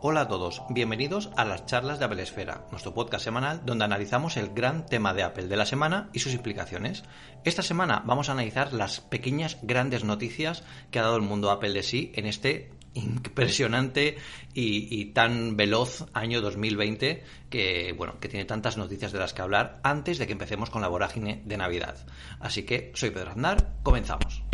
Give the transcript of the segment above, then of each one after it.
Hola a todos, bienvenidos a las charlas de Apple Esfera, nuestro podcast semanal donde analizamos el gran tema de Apple de la semana y sus implicaciones. Esta semana vamos a analizar las pequeñas grandes noticias que ha dado el mundo Apple de sí en este impresionante y tan veloz año 2020 que tiene tantas noticias de las que hablar antes de que empecemos con la vorágine de Navidad. Así que soy Pedro Aznar, comenzamos.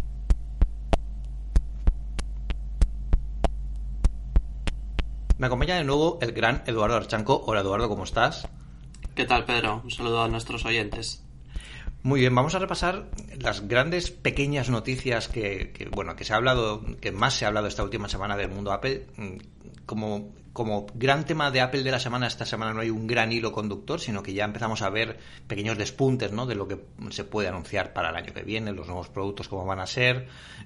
Me acompaña de nuevo el gran Eduardo Archanco. Hola Eduardo, ¿cómo estás? ¿Qué tal, Pedro? Un saludo a nuestros oyentes. Muy bien, vamos a repasar las grandes pequeñas noticias que se ha hablado, que más se ha hablado esta última semana del mundo Apple. Como gran tema de Apple de la semana, esta semana no hay un gran hilo conductor, sino que ya empezamos a ver pequeños despuntes, ¿no?, de lo que se puede anunciar para el año que viene, los nuevos productos, cómo van a ser,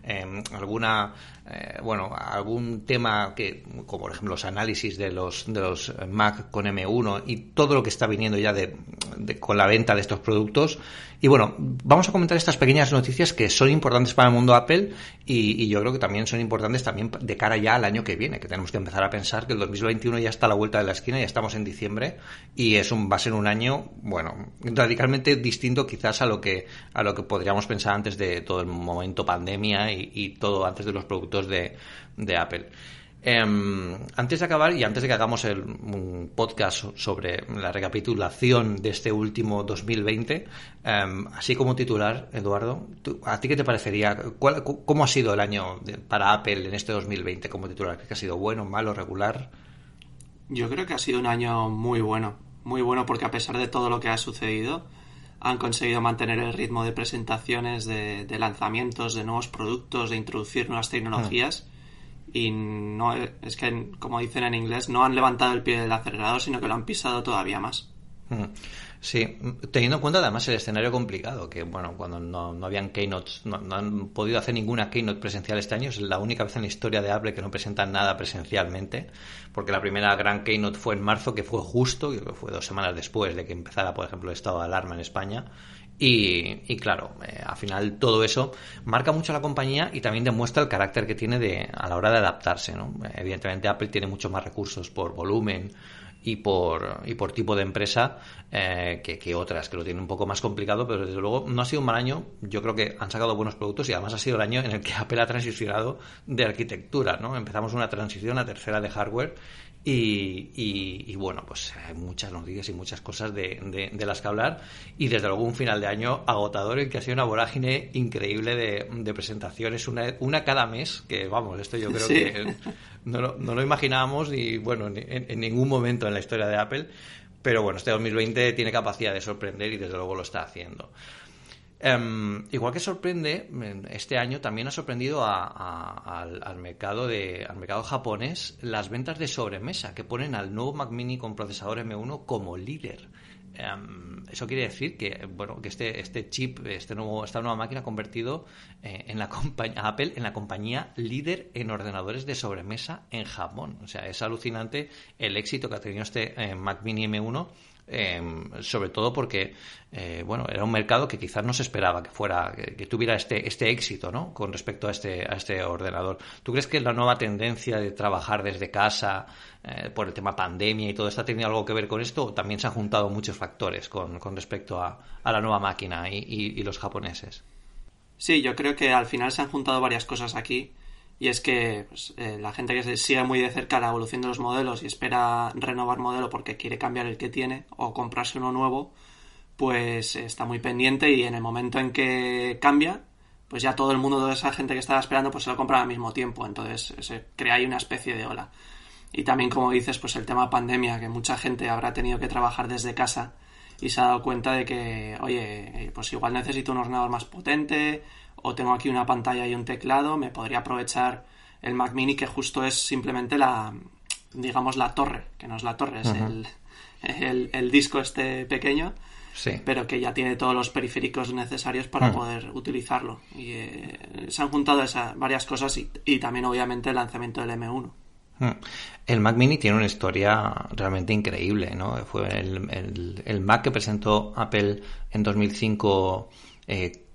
algún tema como por ejemplo los análisis de los Mac con M1 y todo lo que está viniendo ya con la venta de estos productos. Y bueno, vamos a comentar estas pequeñas noticias que son importantes para el mundo Apple y yo creo que también son importantes también de cara ya al año que viene, que tenemos que empezar a pensar que el 2021 ya está a la vuelta de la esquina, ya estamos en diciembre y va a ser un año, radicalmente distinto quizás a lo que podríamos pensar antes de todo el momento pandemia y todo antes de los productos de Apple. Antes de acabar y antes de que hagamos un podcast sobre la recapitulación de este último 2020, así como titular, Eduardo, ¿a ti qué te parecería? ¿Cómo ha sido el año para Apple en este 2020 como titular? ¿Crees que ha sido bueno, malo, regular? Yo creo que ha sido un año muy bueno porque a pesar de todo lo que ha sucedido, han conseguido mantener el ritmo de presentaciones, de lanzamientos, de nuevos productos, de introducir nuevas tecnologías. Y no es que, como dicen en inglés, no han levantado el pie del acelerador, sino que lo han pisado todavía más. Sí, teniendo en cuenta además el escenario complicado, que cuando no habían keynotes, no han podido hacer ninguna keynote presencial este año. Es la única vez en la historia de Apple que no presentan nada presencialmente, porque la primera gran keynote fue en marzo, que fue justo, que fue 2 semanas después de que empezara, por ejemplo, el estado de alarma en España. Y claro, al final todo eso marca mucho a la compañía y también demuestra el carácter que tiene a la hora de adaptarse, ¿no? Evidentemente Apple tiene muchos más recursos por volumen y por tipo de empresa que otras, que lo tienen un poco más complicado, pero desde luego no ha sido un mal año. Yo creo que han sacado buenos productos y además ha sido el año en el que Apple ha transicionado de arquitectura, ¿no? Empezamos una transición, la tercera de hardware y pues hay muchas noticias y muchas cosas de las que hablar y desde luego un final de año agotador en que ha sido una vorágine increíble de presentaciones, una cada mes, que esto yo creo que no lo imaginábamos ni en ningún momento en la historia de Apple, pero este 2020 tiene capacidad de sorprender y desde luego lo está haciendo. Igual que sorprende, este año también ha sorprendido al mercado japonés las ventas de sobremesa, que ponen al nuevo Mac Mini con procesador M1 como líder. Eso quiere decir que este chip, esta nueva máquina ha convertido a Apple en la compañía líder en ordenadores de sobremesa en Japón. O sea, es alucinante el éxito que ha tenido este Mac Mini M1. Sobre todo porque era un mercado que quizás no se esperaba que tuviera este éxito, ¿no?, con respecto a este ordenador. ¿Tú crees que la nueva tendencia de trabajar desde casa por el tema pandemia y todo esto ha tenido algo que ver con esto, o también se han juntado muchos factores con respecto a la nueva máquina y los japoneses? Sí, yo creo que al final se han juntado varias cosas aquí. Y es que la gente que sigue muy de cerca la evolución de los modelos y espera renovar modelo porque quiere cambiar el que tiene o comprarse uno nuevo, pues está muy pendiente y en el momento en que cambia, pues ya todo el mundo, toda esa gente que estaba esperando, pues se lo compra al mismo tiempo. Entonces se crea ahí una especie de ola. Y también, como dices, pues el tema pandemia, que mucha gente habrá tenido que trabajar desde casa y se ha dado cuenta de que, oye, pues igual necesito un ordenador más potente, o tengo aquí una pantalla y un teclado, me podría aprovechar el Mac Mini, que justo es simplemente la torre, que no es la torre, es el disco pequeño, sí, pero que ya tiene todos los periféricos necesarios para poder utilizarlo. Y se han juntado varias cosas y también obviamente el lanzamiento del M1. El Mac Mini tiene una historia realmente increíble, ¿no? Fue el Mac que presentó Apple en 2005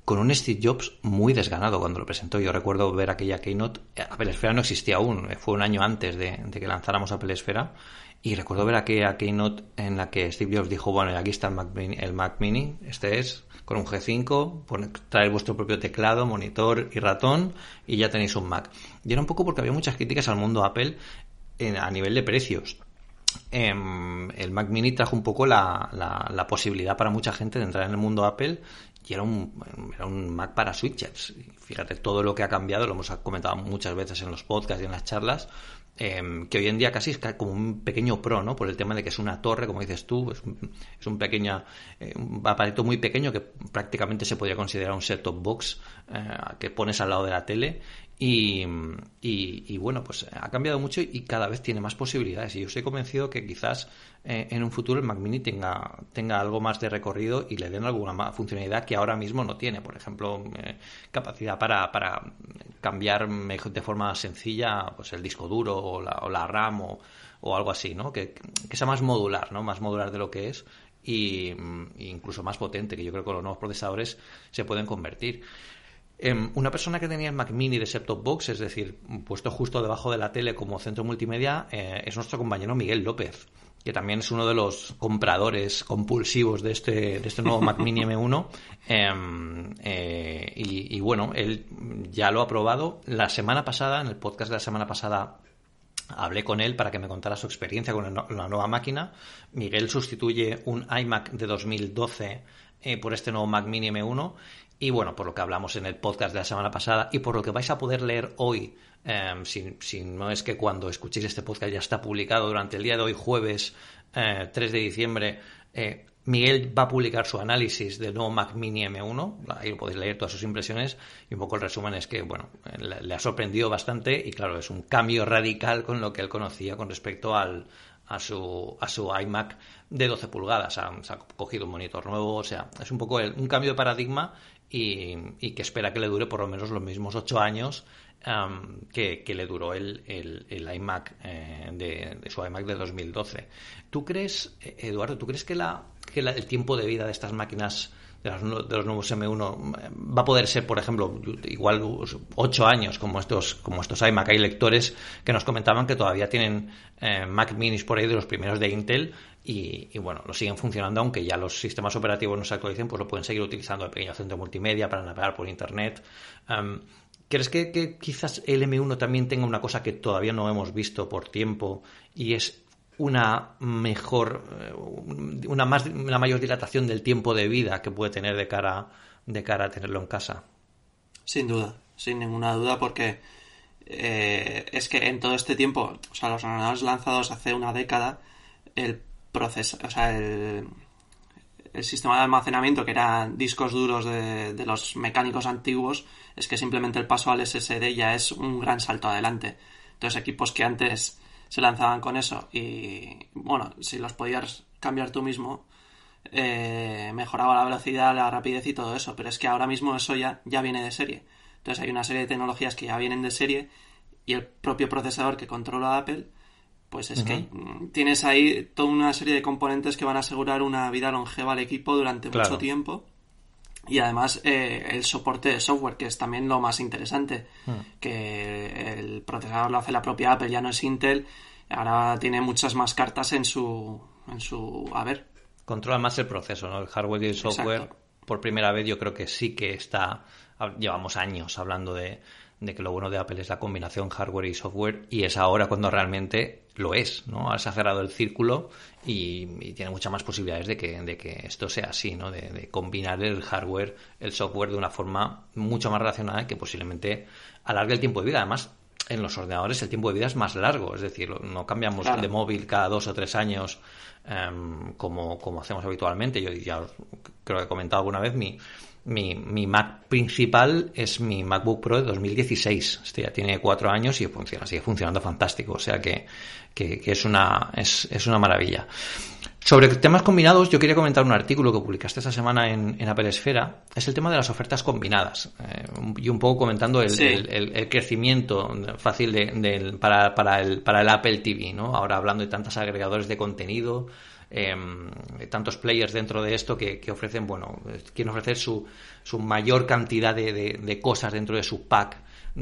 con un Steve Jobs muy desganado cuando lo presentó. Yo recuerdo ver aquella Keynote. Apple Esfera no existía aún, fue un año antes de que lanzáramos Apple Esfera, y recuerdo ver aquella Keynote en la que Steve Jobs dijo, bueno, aquí está el Mac Mini, este es, con un G5, traer vuestro propio teclado, monitor y ratón, y ya tenéis un Mac. Y era un poco porque había muchas críticas al mundo Apple a nivel de precios. El Mac Mini trajo un poco la posibilidad para mucha gente de entrar en el mundo Apple, y era un Mac para switchers. Fíjate todo lo que ha cambiado, lo hemos comentado muchas veces en los podcasts y en las charlas, que hoy en día casi es como un pequeño Pro, ¿no? Por el tema de que es una torre, como dices tú, es un pequeño un aparato muy pequeño que prácticamente se podría considerar un set-top box que pones al lado de la tele. Y bueno, pues ha cambiado mucho y cada vez tiene más posibilidades, y yo estoy convencido que quizás en un futuro el Mac Mini tenga algo más de recorrido y le den alguna funcionalidad que ahora mismo no tiene. Por ejemplo, capacidad para cambiar de forma sencilla pues el disco duro o la RAM o algo así, ¿no? Que sea más modular, ¿no? Más modular de lo que es, y incluso más potente, que yo creo que los nuevos procesadores se pueden convertir. Una persona que tenía el Mac Mini de set-top box, es decir, puesto justo debajo de la tele como centro multimedia, es nuestro compañero Miguel López, que también es uno de los compradores compulsivos de este nuevo Mac Mini M1. Y bueno, él ya lo ha probado. La semana pasada, en el podcast de la semana pasada, hablé con él para que me contara su experiencia con la nueva máquina. Miguel sustituye un iMac de 2012 por este nuevo Mac Mini M1. Y bueno, por lo que hablamos en el podcast de la semana pasada y por lo que vais a poder leer hoy, si no es que cuando escuchéis este podcast ya está publicado, durante el día de hoy, jueves 3 de diciembre, Miguel va a publicar su análisis del nuevo Mac Mini M1. Ahí lo podéis leer, todas sus impresiones, y un poco el resumen es que, bueno, le ha sorprendido bastante y claro, es un cambio radical con lo que él conocía con respecto a su iMac de 12 pulgadas. Se ha cogido un monitor nuevo, o sea, es un poco un cambio de paradigma y que espera que le dure por lo menos los mismos 8 años que le duró el iMac de su iMac de 2012. ¿Tú crees, Eduardo, que el tiempo de vida de estas máquinas, de los nuevos M1, va a poder ser, por ejemplo, igual 8 años como estos iMac? Hay lectores que nos comentaban que todavía tienen Mac Minis por ahí de los primeros de Intel y bueno, lo siguen funcionando, aunque ya los sistemas operativos no se actualicen, pues lo pueden seguir utilizando de pequeño centro multimedia para navegar por internet. ¿Crees que quizás el M1 también tenga una cosa que todavía no hemos visto por tiempo, y es una mayor dilatación del tiempo de vida que puede tener de cara a tenerlo en casa? Sin duda, sin ninguna duda, porque es que en todo este tiempo, o sea, los ordenadores lanzados hace una década, el sistema de almacenamiento, que eran discos duros de los mecánicos antiguos, es que simplemente el paso al SSD ya es un gran salto adelante. Entonces, equipos que antes se lanzaban con eso y, bueno, si los podías cambiar tú mismo, mejoraba la velocidad, la rapidez y todo eso, pero es que ahora mismo eso ya viene de serie. Entonces hay una serie de tecnologías que ya vienen de serie, y el propio procesador que controla Apple, pues es que tienes ahí toda una serie de componentes que van a asegurar una vida longeva al equipo durante mucho tiempo. Y además el soporte de software, que es también lo más interesante, que el procesador lo hace la propia Apple, ya no es Intel, ahora tiene muchas más cartas en su haber. Controla más el proceso, ¿no? El hardware y el software. Exacto. Por primera vez yo creo que sí que llevamos años hablando de que lo bueno de Apple es la combinación hardware y software, y es ahora cuando realmente lo es, ¿no? Ahora se ha cerrado el círculo y tiene muchas más posibilidades de que esto sea así, ¿no? De combinar el hardware, el software de una forma mucho más relacionada, que posiblemente alargue el tiempo de vida. Además, en los ordenadores el tiempo de vida es más largo, es decir, no cambiamos de móvil cada 2 o 3 años como hacemos habitualmente. Yo ya creo que he comentado alguna vez, mi Mac principal es mi MacBook Pro de 2016. Este ya tiene 4 años y sigue funcionando fantástico. O sea que es una maravilla. Sobre temas combinados, yo quería comentar un artículo que publicaste esta semana en Apple Esfera. Es el tema de las ofertas combinadas. Y un poco comentando el crecimiento fácil para el Apple TV, ¿no? Ahora hablando de tantos agregadores de contenido, tantos players dentro de esto que ofrecen, quieren ofrecer su mayor cantidad de cosas dentro de su pack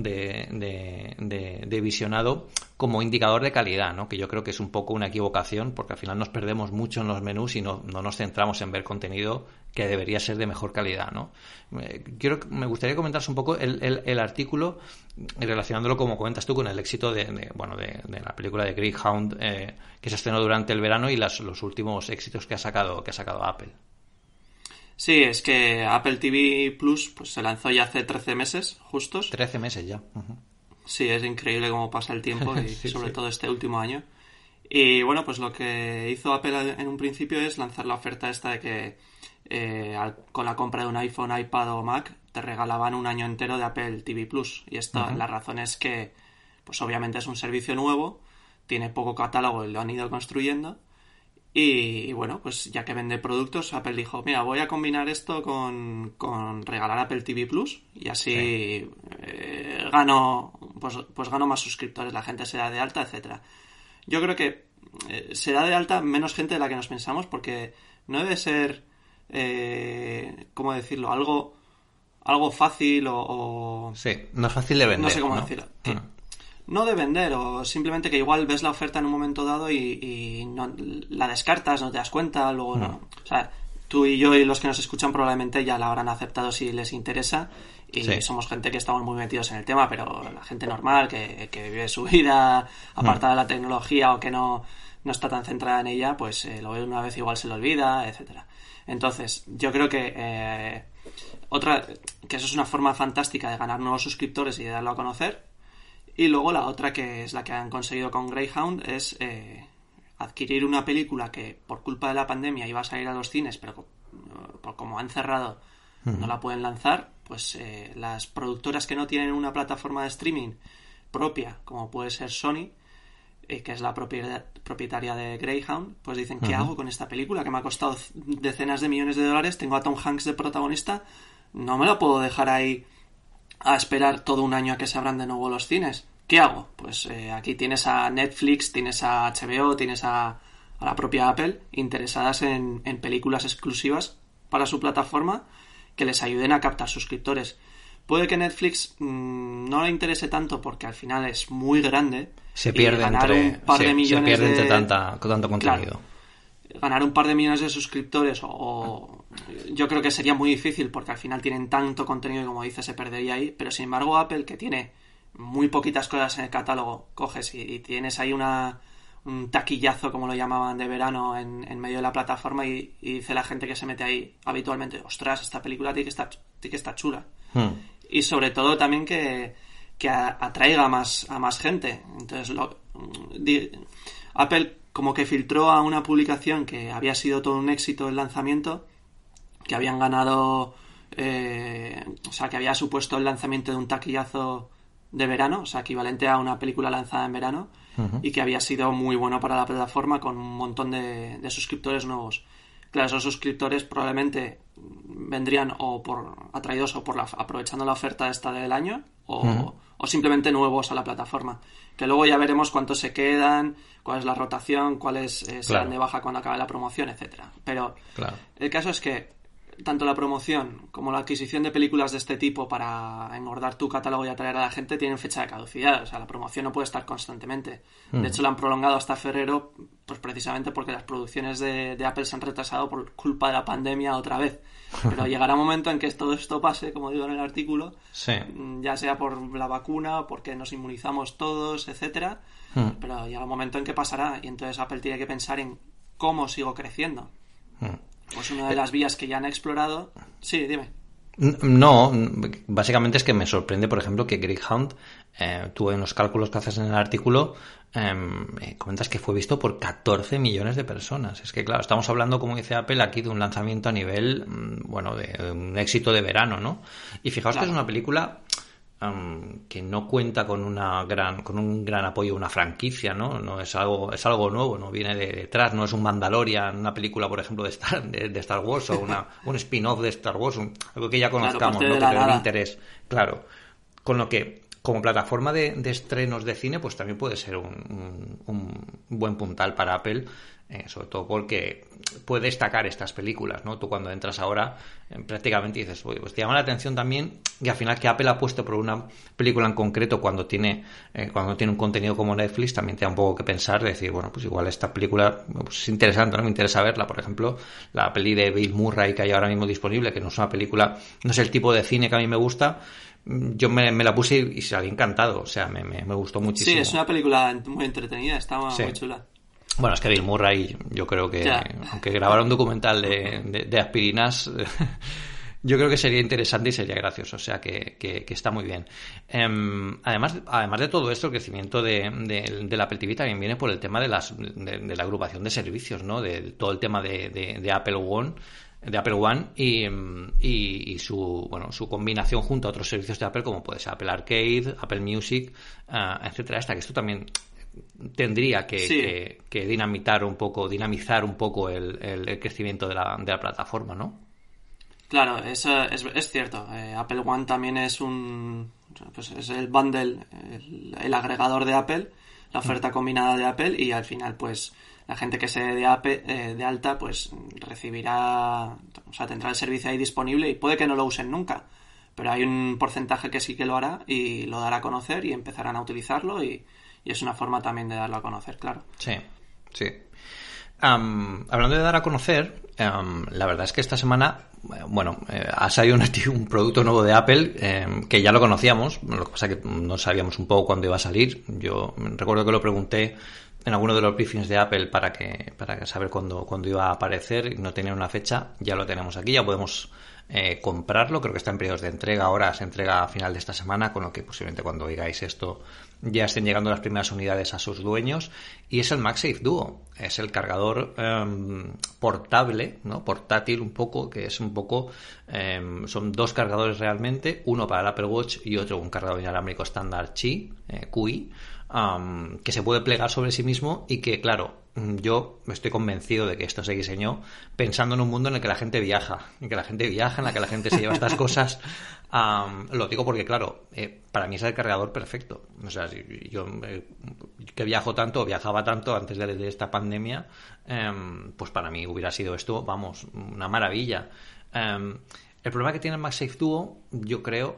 de visionado como indicador de calidad, ¿no? Que yo creo que es un poco una equivocación, porque al final nos perdemos mucho en los menús y no nos centramos en ver contenido que debería ser de mejor calidad, ¿no? Me gustaría comentaros un poco el artículo relacionándolo, como comentas tú, con el éxito de la película de Greyhound, que se estrenó durante el verano, y los últimos éxitos que ha sacado Apple. Sí, es que Apple TV Plus pues se lanzó ya hace 13 meses, justos. 13 meses ya. Uh-huh. Sí, es increíble cómo pasa el tiempo y sí, sobre todo este último año. Y bueno, pues lo que hizo Apple en un principio es lanzar la oferta esta de que con la compra de un iPhone, iPad o Mac te regalaban un año entero de Apple TV Plus. Y esto, la razón es que, pues obviamente es un servicio nuevo, tiene poco catálogo y lo han ido construyendo. Y bueno, pues ya que vende productos, Apple dijo, mira, voy a combinar esto con regalar Apple TV Plus y así gano más suscriptores, la gente se da de alta, etcétera. Yo creo que se da de alta menos gente de la que nos pensamos, porque no debe ser, ¿cómo decirlo? Algo fácil o... Sí, no es fácil de vender. No sé cómo decirlo. No de vender, o simplemente que igual ves la oferta en un momento dado y no, la descartas, no te das cuenta, luego no. O sea, tú y yo y los que nos escuchan probablemente ya la habrán aceptado si les interesa, y somos gente que estamos muy metidos en el tema, pero la gente normal que vive su vida apartada de la tecnología o que no está tan centrada en ella, pues lo ve una vez, igual se lo olvida, etcétera. Entonces, yo creo que que eso es una forma fantástica de ganar nuevos suscriptores y de darlo a conocer. Y luego la otra, que es la que han conseguido con Greyhound, es adquirir una película que por culpa de la pandemia iba a salir a los cines, pero como han cerrado no la pueden lanzar, pues las productoras que no tienen una plataforma de streaming propia, como puede ser Sony, que es la propietaria de Greyhound, pues dicen, ¿qué hago con esta película que me ha costado decenas de millones de dólares? Tengo a Tom Hanks de protagonista, no me la puedo dejar ahí a esperar todo un año a que se abran de nuevo los cines. ¿Qué hago? Pues aquí tienes a Netflix, tienes a HBO, tienes a la propia Apple interesadas en películas exclusivas para su plataforma que les ayuden a captar suscriptores. Puede que Netflix no le interese tanto porque al final es muy grande. Se pierde entre tanto contenido. Claro, ganar un par de millones de suscriptores yo creo que sería muy difícil, porque al final tienen tanto contenido y, como dices, se perdería ahí. Pero sin embargo Apple, que tiene muy poquitas cosas en el catálogo, coges y tienes ahí un taquillazo, como lo llamaban, de verano en medio de la plataforma, y dice la gente que se mete ahí habitualmente, ostras, esta película tiene que estar chula. Y sobre todo también que atraiga a más gente. Entonces Apple como que filtró a una publicación que había sido todo un éxito el lanzamiento, que habían ganado, que había supuesto el lanzamiento de un taquillazo de verano, o sea, equivalente a una película lanzada en verano, y que había sido muy bueno para la plataforma, con un montón de suscriptores nuevos. Claro, esos suscriptores probablemente vendrían atraídos aprovechando la oferta esta del año, o simplemente nuevos a la plataforma, que luego ya veremos cuántos se quedan, cuál es la rotación, cuáles se dan de baja cuando acabe la promoción, etcétera. Pero el caso es que tanto la promoción como la adquisición de películas de este tipo para engordar tu catálogo y atraer a la gente tienen fecha de caducidad. O sea, la promoción no puede estar constantemente. De hecho, la han prolongado hasta febrero, pues precisamente porque las producciones de Apple se han retrasado por culpa de la pandemia otra vez. Pero llegará un momento en que todo esto pase, como digo en el artículo, ya sea por la vacuna, porque nos inmunizamos todos, etcétera. Pero llega un momento en que pasará, y entonces Apple tiene que pensar en cómo sigo creciendo. Pues una de las vías que ya han explorado... Sí, dime. No, básicamente es que me sorprende, por ejemplo, que Greyhound, tú en los cálculos que haces en el artículo, comentas que fue visto por 14 millones de personas. Es que, claro, estamos hablando, como dice Apple, aquí de un lanzamiento a nivel, de un éxito de verano, ¿no? Y fijaos que es una película que no cuenta con con un gran apoyo, una franquicia, ¿no? No es algo nuevo, no viene de detrás, no es un Mandalorian, una película, por ejemplo, de Star Wars, o un spin-off de Star Wars, algo que ya conozcamos, claro, ¿no? Que Que tenga un interés. Claro. Con lo que, como plataforma de estrenos de cine, pues también puede ser un buen puntal para Apple, sobre todo porque puede destacar estas películas, ¿no? Tú cuando entras ahora prácticamente dices, pues te llama la atención también, y al final que Apple ha puesto por una película en concreto cuando tiene un contenido como Netflix, también te da un poco que pensar, de decir, bueno, pues igual esta película pues, es interesante, ¿no? Me interesa verla. Por ejemplo, la peli de Bill Murray que hay ahora mismo disponible, que no es una película, no es el tipo de cine que a mí me gusta. Yo me la puse y salí encantado, o sea, me gustó muchísimo. Sí, es una película muy entretenida, está muy chula. Bueno, es que Bill Murray, yo creo que, aunque grabara un documental de aspirinas, yo creo que sería interesante y sería gracioso, o sea, que está muy bien. Además de todo esto, el crecimiento del Apple TV también viene por el tema de la agrupación de servicios, ¿no? De todo el tema de Apple One. Y su combinación junto a otros servicios de Apple, como puede ser Apple Arcade, Apple Music, etcétera. Que esto también tendría que dinamizar un poco el crecimiento de la plataforma, ¿no? Claro, eso es cierto. Apple One también es es el bundle, el agregador de Apple, la oferta combinada de Apple, y al final, pues, la gente que se dé de alta, pues, recibirá, o sea, tendrá el servicio ahí disponible, y puede que no lo usen nunca, pero hay un porcentaje que sí que lo hará y lo dará a conocer y empezarán a utilizarlo, y es una forma también de darlo a conocer, claro. Sí. Hablando de dar a conocer, la verdad es que esta semana, ha salido un producto nuevo de Apple, que ya lo conocíamos, lo que pasa es que no sabíamos un poco cuándo iba a salir. Yo recuerdo que lo pregunté en alguno de los briefings de Apple para saber cuándo iba a aparecer, no tenía una fecha. Ya lo tenemos aquí, ya podemos comprarlo. Creo que está en periodos de entrega, ahora se entrega a final de esta semana, con lo que posiblemente cuando oigáis esto ya estén llegando las primeras unidades a sus dueños. Y es el MagSafe Duo, es el cargador portable, ¿no? Portátil un poco, que es un poco son dos cargadores realmente, uno para el Apple Watch y otro un cargador inalámbrico estándar QI, que se puede plegar sobre sí mismo, y que, claro, yo estoy convencido de que esto se diseñó pensando en un mundo en el que la gente viaja, en la que la gente se lleva estas cosas. Lo digo porque, claro, para mí es el cargador perfecto. O sea, yo que viajaba tanto antes de esta pandemia, pues para mí hubiera sido esto, vamos, una maravilla. El problema que tiene el MagSafe Duo, yo creo,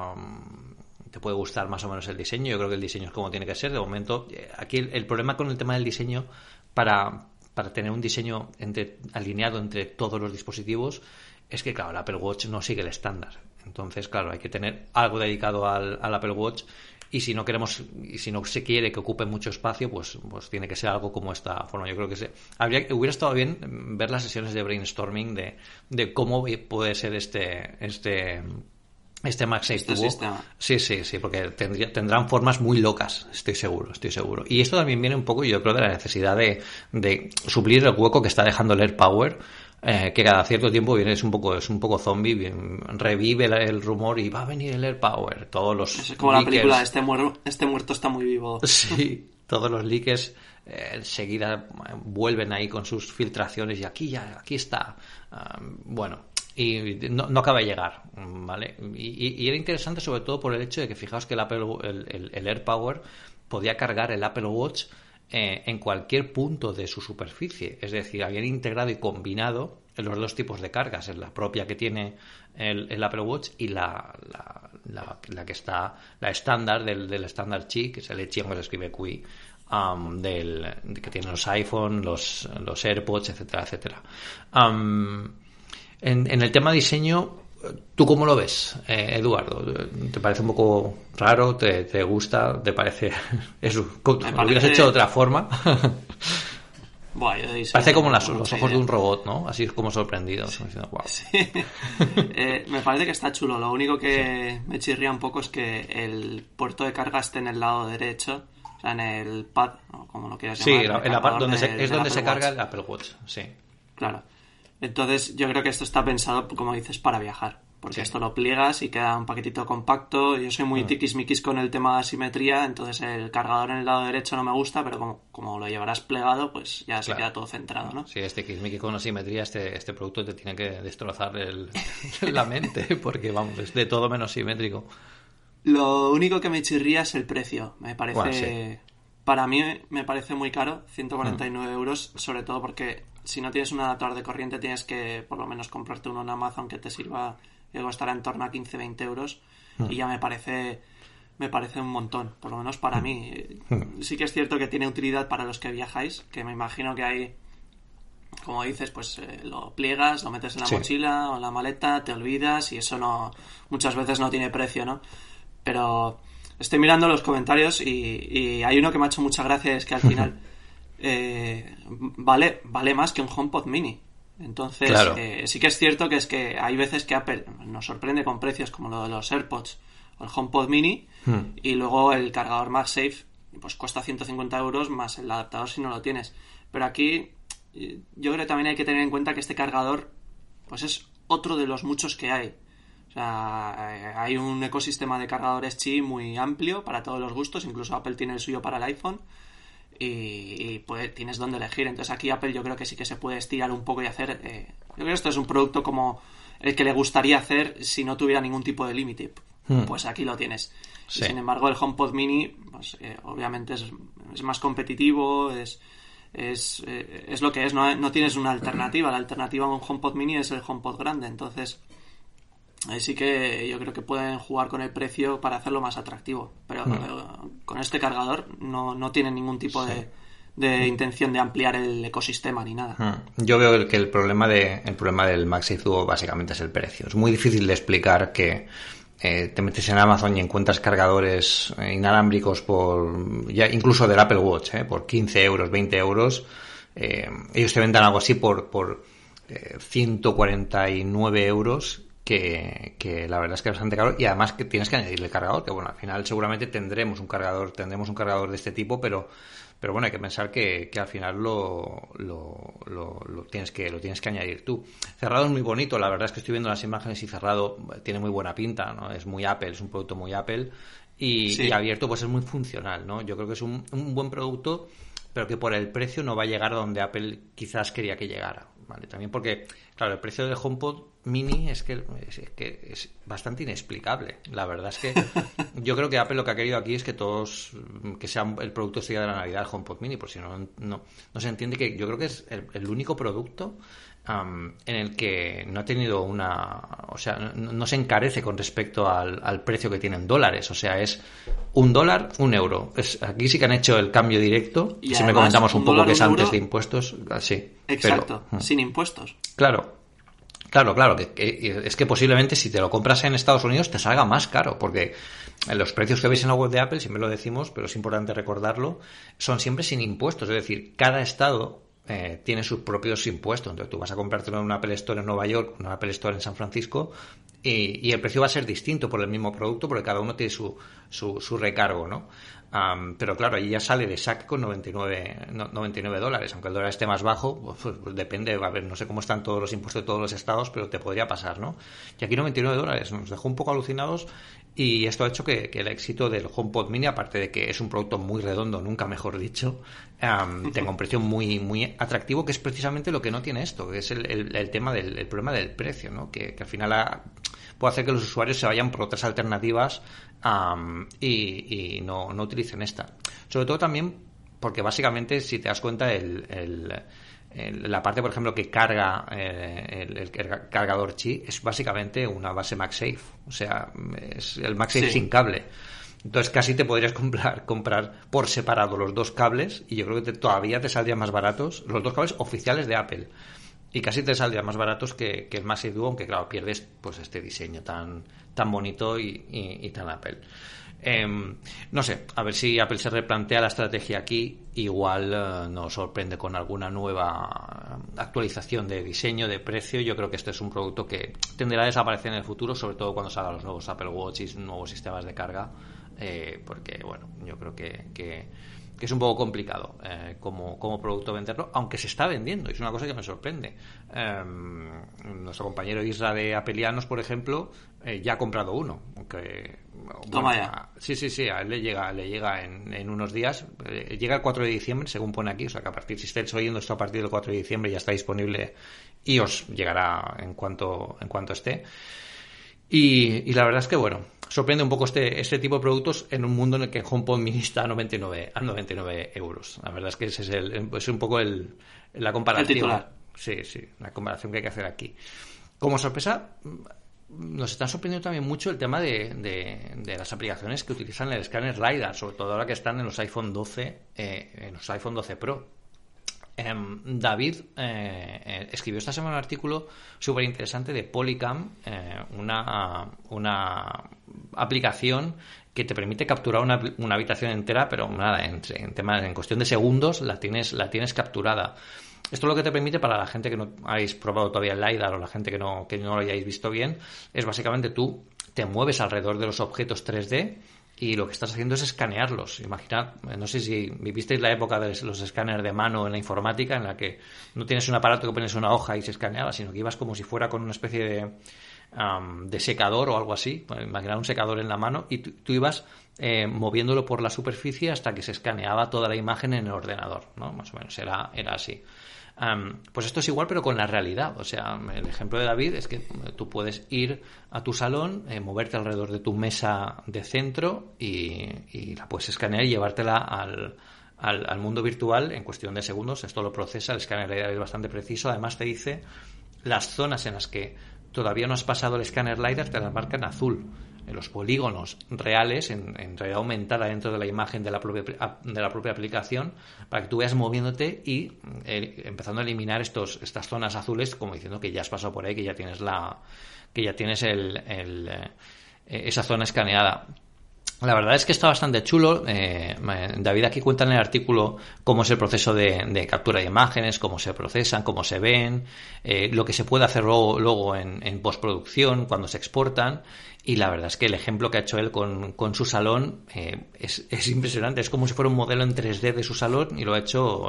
te puede gustar más o menos el diseño. Yo creo que el diseño es como tiene que ser. De momento, aquí el problema con el tema del diseño, para tener un diseño alineado entre todos los dispositivos, es que, claro, el Apple Watch no sigue el estándar. Entonces, claro, hay que tener algo dedicado al Apple Watch, y si no se quiere que ocupe mucho espacio, pues tiene que ser algo como esta forma. Yo creo que hubiera estado bien ver las sesiones de brainstorming de cómo puede ser este MagSafe Duo. Sí, porque tendrán formas muy locas, estoy seguro. Y esto también viene un poco, yo creo, de la necesidad de suplir el hueco que está dejando el AirPower, que cada cierto tiempo es un poco zombie, revive el rumor y va a venir el AirPower. Todos los es como leakers, la película este muerto está muy vivo. Sí, todos los leakers enseguida vuelven ahí con sus filtraciones y aquí está. Y no acaba de llegar, ¿vale? Y era interesante sobre todo por el hecho de que, fijaos que el AirPower podía cargar el Apple Watch en cualquier punto de su superficie. Es decir, habían integrado y combinado los dos tipos de cargas, en la propia que tiene el Apple Watch y la que está, la estándar del estándar Qi, que es el Qi, aunque se escribe QI, que tienen los iPhone, los AirPods, etcétera. En el tema diseño, ¿tú cómo lo ves, Eduardo? ¿Te parece un poco raro? ¿Te gusta? ¿Te parece eso? ¿Lo hubieras hecho de otra forma? Parece como los ojos de un robot, ¿no? Así como sorprendidos. Sí. Wow. Sí. Me parece que está chulo. Lo único que me chirría un poco es que el puerto de carga esté en el lado derecho, o sea, en el pad, o como lo quieras llamar. Sí, en la parte donde se carga el Apple Watch. Sí. Claro. Entonces, yo creo que esto está pensado, como dices, para viajar. porque esto lo pliegas y queda un paquetito compacto. Yo soy muy tiquismiquis con el tema de asimetría, entonces el cargador en el lado derecho no me gusta, pero como lo llevarás plegado, pues ya se queda todo centrado, ¿no? Sí, tiquismiquis con asimetría, este producto te tiene que destrozar la mente, porque vamos, es de todo menos simétrico. Lo único que me chirría es el precio. Me parece... Bueno, sí. Para mí me parece muy caro, 149 euros, sobre todo porque si no tienes un adaptador de corriente tienes que por lo menos comprarte uno en Amazon que te sirva, que costará en torno a 15-20 euros y ya me parece un montón, por lo menos para mí. Sí que es cierto que tiene utilidad para los que viajáis, que me imagino que hay, como dices, pues lo pliegas, lo metes en la mochila o en la maleta, te olvidas y eso muchas veces no tiene precio, ¿no? Pero estoy mirando los comentarios y hay uno que me ha hecho mucha gracia, es que al final vale más que un HomePod Mini. Entonces, claro. Sí que es cierto que hay veces que Apple nos sorprende con precios como lo de los AirPods o el HomePod Mini y luego el cargador MagSafe pues cuesta 150 euros más el adaptador si no lo tienes. Pero aquí yo creo que también hay que tener en cuenta que este cargador pues es otro de los muchos que hay. O sea, hay un ecosistema de cargadores Qi muy amplio para todos los gustos, incluso Apple tiene el suyo para el iPhone y tienes donde elegir. Entonces aquí Apple yo creo que sí que se puede estirar un poco y hacer... yo creo que esto es un producto como el que le gustaría hacer si no tuviera ningún tipo de límite. Pues aquí lo tienes. Sí. Y sin embargo el HomePod Mini pues, obviamente es más competitivo, es lo que es, no tienes una alternativa. La alternativa a un HomePod Mini es el HomePod grande, entonces ahí sí que yo creo que pueden jugar con el precio para hacerlo más atractivo, pero con este cargador no tienen ningún tipo de intención de ampliar el ecosistema ni nada. Yo veo que el problema del MagSafe Duo básicamente es el precio. Es muy difícil de explicar que te metes en Amazon y encuentras cargadores inalámbricos ya incluso del Apple Watch, por 15 euros, 20 euros. Ellos te vendan algo así por 149 euros, que la verdad es que es bastante caro, y además que tienes que añadirle cargador, que bueno, al final seguramente tendremos un cargador de este tipo, pero bueno, hay que pensar que al final lo tienes que añadir tú. Cerrado es muy bonito, la verdad es que estoy viendo las imágenes y cerrado tiene muy buena pinta, ¿no? Es muy Apple, es un producto muy Apple, y abierto pues es muy funcional, ¿no? Yo creo que es un buen producto, pero que por el precio no va a llegar a donde Apple quizás quería que llegara, ¿vale? También porque, claro, el precio del HomePod Mini es que es bastante inexplicable. La verdad es que yo creo que Apple lo que ha querido aquí es que sea el producto estrella de la Navidad, el HomePod Mini, por si no se entiende, que yo creo que es el único producto en el que no ha tenido o sea, no se encarece con respecto al precio que tiene en dólares. O sea, es $1, €1. Aquí sí que han hecho el cambio directo, y si me comentamos un poco que es antes de impuestos, sí. Exacto, sin impuestos. Claro, que es que posiblemente si te lo compras en Estados Unidos te salga más caro, porque los precios que veis en la web de Apple, siempre lo decimos, pero es importante recordarlo, son siempre sin impuestos. Es decir, cada estado tiene sus propios impuestos. Entonces tú vas a comprártelo en una Apple Store en Nueva York, una Apple Store en San Francisco, y el precio va a ser distinto por el mismo producto, porque cada uno tiene su recargo, ¿no? Pero claro, ahí ya sale de saque con $99, aunque el dólar esté más bajo, pues depende, a ver, no sé cómo están todos los impuestos de todos los estados, pero te podría pasar, ¿no? Y aquí $99 nos dejó un poco alucinados, y esto ha hecho que el éxito del HomePod Mini, aparte de que es un producto muy redondo, nunca mejor dicho, tenga un precio muy, muy atractivo, que es precisamente lo que no tiene esto, que es el tema el problema del precio, ¿no? Que al final puede hacer que los usuarios se vayan por otras alternativas y no utilicen esta. Sobre todo también porque básicamente, si te das cuenta, la parte, por ejemplo, que carga el cargador Qi es básicamente una base MagSafe. O sea, es el MagSafe sin cable. Entonces casi te podrías comprar por separado los dos cables, y yo creo que todavía te saldrían más baratos los dos cables oficiales de Apple. Y casi te saldría más baratos que el MagSafe Duo, aunque claro, pierdes pues este diseño tan bonito y tan Apple. No sé, a ver si Apple se replantea la estrategia aquí. Igual nos sorprende con alguna nueva actualización de diseño, de precio. Yo creo que este es un producto que tenderá a desaparecer en el futuro, sobre todo cuando salgan los nuevos Apple Watch y nuevos sistemas de carga, porque bueno, yo creo que que es un poco complicado como producto venderlo, aunque se está vendiendo, y es una cosa que me sorprende. Nuestro compañero Isra de Apelianos, por ejemplo, ya ha comprado uno, aunque toma ya. Sí, a él le llega en unos días, llega el 4 de diciembre, según pone aquí, o sea que a partir, si estáis oyendo esto a partir del 4 de diciembre ya está disponible y os llegará en cuanto esté. Y la verdad es que, bueno, sorprende un poco este tipo de productos en un mundo en el que HomePod Mini está a 99 euros. La verdad es que ese es un poco la comparación. El titular. Sí, la comparación que hay que hacer aquí. Como sorpresa, nos está sorprendiendo también mucho el tema de las aplicaciones que utilizan el escáner LiDAR, sobre todo ahora que están en los iPhone 12, en los iPhone 12 Pro. David escribió esta semana un artículo súper interesante de Polycam, una aplicación que te permite capturar una habitación entera, pero nada, en cuestión de segundos la tienes capturada. Esto lo que te permite, para la gente que no habéis probado todavía el LiDAR o la gente que no lo hayáis visto bien, es básicamente tú te mueves alrededor de los objetos 3D y lo que estás haciendo es escanearlos. Imaginad, no sé si vivisteis la época de los escáneres de mano en la informática, en la que no tienes un aparato que pones una hoja y se escaneaba, sino que ibas como si fuera con una especie de secador o algo así. Imaginad un secador en la mano y tú ibas moviéndolo por la superficie hasta que se escaneaba toda la imagen en el ordenador, ¿no? Más o menos era así. Pues esto es igual, pero con la realidad. O sea, el ejemplo de David es que tú puedes ir a tu salón, moverte alrededor de tu mesa de centro y la puedes escanear y llevártela al mundo virtual en cuestión de segundos. Esto lo procesa, el escáner es bastante preciso. Además te dice las zonas en las que todavía no has pasado el escáner LiDAR, te las marca en azul. En los polígonos reales, en realidad aumentada dentro de la imagen de la propia aplicación, para que tú vayas moviéndote y empezando a eliminar estas zonas azules, como diciendo que ya has pasado por ahí, que ya tienes esa zona escaneada. La verdad es que está bastante chulo. David aquí cuenta en el artículo cómo es el proceso de captura de imágenes, cómo se procesan, cómo se ven, lo que se puede hacer luego en postproducción, cuando se exportan. Y la verdad es que el ejemplo que ha hecho él con su salón es impresionante. Es como si fuera un modelo en 3D de su salón y lo ha hecho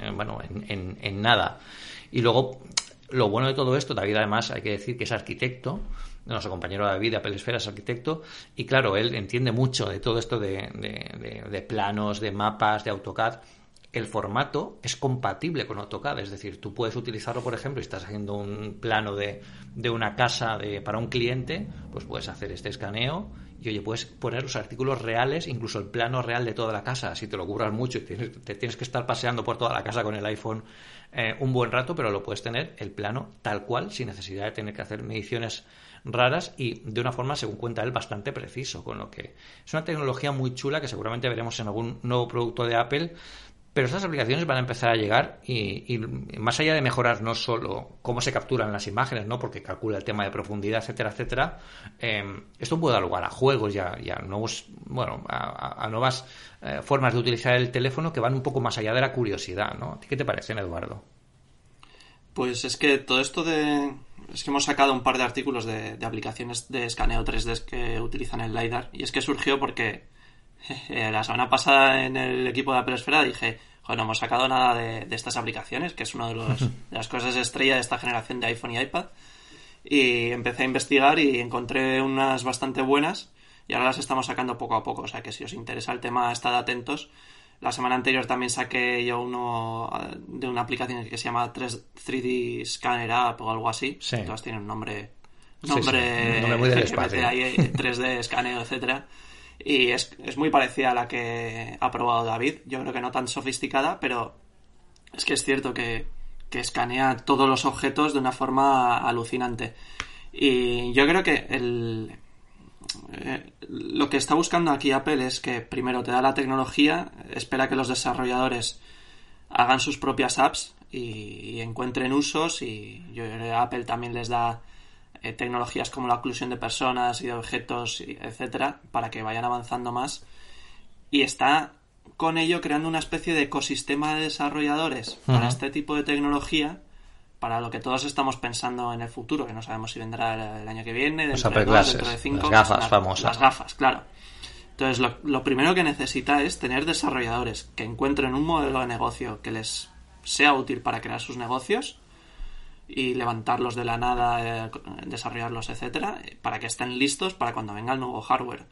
en nada. Y luego, lo bueno de todo esto, David además hay que decir que es arquitecto. Nuestro compañero David de Apple Esfera es arquitecto y claro, él entiende mucho de todo esto de planos, de mapas, de AutoCAD. El formato es compatible con AutoCAD, es decir, tú puedes utilizarlo, por ejemplo, si estás haciendo un plano de una casa para un cliente, pues puedes hacer este escaneo y, oye, puedes poner los artículos reales, incluso el plano real de toda la casa, si te lo curras mucho y te tienes que estar paseando por toda la casa con el iPhone un buen rato, pero lo puedes tener el plano tal cual, sin necesidad de tener que hacer mediciones raras y de una forma, según cuenta él, bastante preciso, con lo que es una tecnología muy chula que seguramente veremos en algún nuevo producto de Apple. Pero estas aplicaciones van a empezar a llegar y más allá de mejorar no solo cómo se capturan las imágenes, ¿no? Porque calcula el tema de profundidad, etcétera, etcétera, esto puede dar lugar a juegos y a nuevos, a nuevas formas de utilizar el teléfono que van un poco más allá de la curiosidad, ¿no? ¿A ti qué te parecen, Eduardo? Pues es que todo esto es que hemos sacado un par de artículos de aplicaciones de escaneo 3D que utilizan el LiDAR y es que surgió porque la semana pasada en el equipo de Apple Esfera dije, no hemos sacado nada de estas aplicaciones, que es una de las cosas estrella de esta generación de iPhone y iPad, y empecé a investigar y encontré unas bastante buenas y ahora las estamos sacando poco a poco, o sea que si os interesa el tema, estad atentos. La semana anterior también saqué yo uno de una aplicación que se llama 3D Scanner App o algo así. Sí. Todas tienen un nombre Un nombre muy del espacio. ahí, 3D escaneo, etcétera. Y es muy parecida a la que ha probado David. Yo creo que no tan sofisticada, pero es que es cierto que escanea todos los objetos de una forma alucinante. Y yo creo que lo que está buscando aquí Apple es que primero te da la tecnología, espera que los desarrolladores hagan sus propias apps y encuentren usos, y yo creo que Apple también les da tecnologías como la oclusión de personas y de objetos, etcétera, para que vayan avanzando más, y está con ello creando una especie de ecosistema de desarrolladores para este tipo de tecnología, para lo que todos estamos pensando en el futuro, que no sabemos si vendrá el año que viene, dentro de 2, dentro de 5, las gafas famosas. Las gafas, claro. Entonces, lo primero que necesita es tener desarrolladores que encuentren un modelo de negocio que les sea útil para crear sus negocios y levantarlos de la nada, desarrollarlos, etcétera, para que estén listos para cuando venga el nuevo hardware.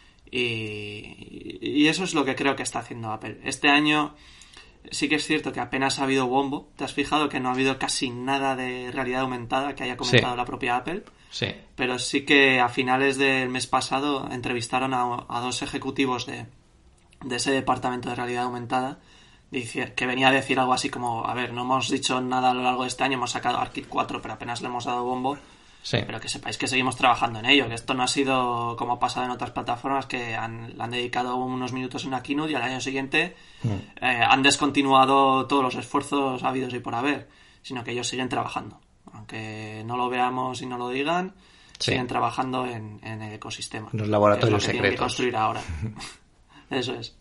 Y eso es lo que creo que está haciendo Apple. Este año sí que es cierto que apenas ha habido bombo. ¿Te has fijado que no ha habido casi nada de realidad aumentada que haya comentado la propia Apple? Sí. Pero sí que a finales del mes pasado entrevistaron a dos ejecutivos de ese departamento de realidad aumentada que venía a decir algo así como, a ver, no hemos dicho nada a lo largo de este año, hemos sacado ARKit 4 pero apenas le hemos dado bombo. Sí. Pero que sepáis que seguimos trabajando en ello, que esto no ha sido como ha pasado en otras plataformas que le han dedicado unos minutos en una keynote y al año siguiente han descontinuado todos los esfuerzos habidos y por haber, sino que ellos siguen trabajando. Aunque no lo veamos y no lo digan, siguen trabajando en el ecosistema. Los laboratorios es lo que secretos. tienen que construir ahora. Eso es.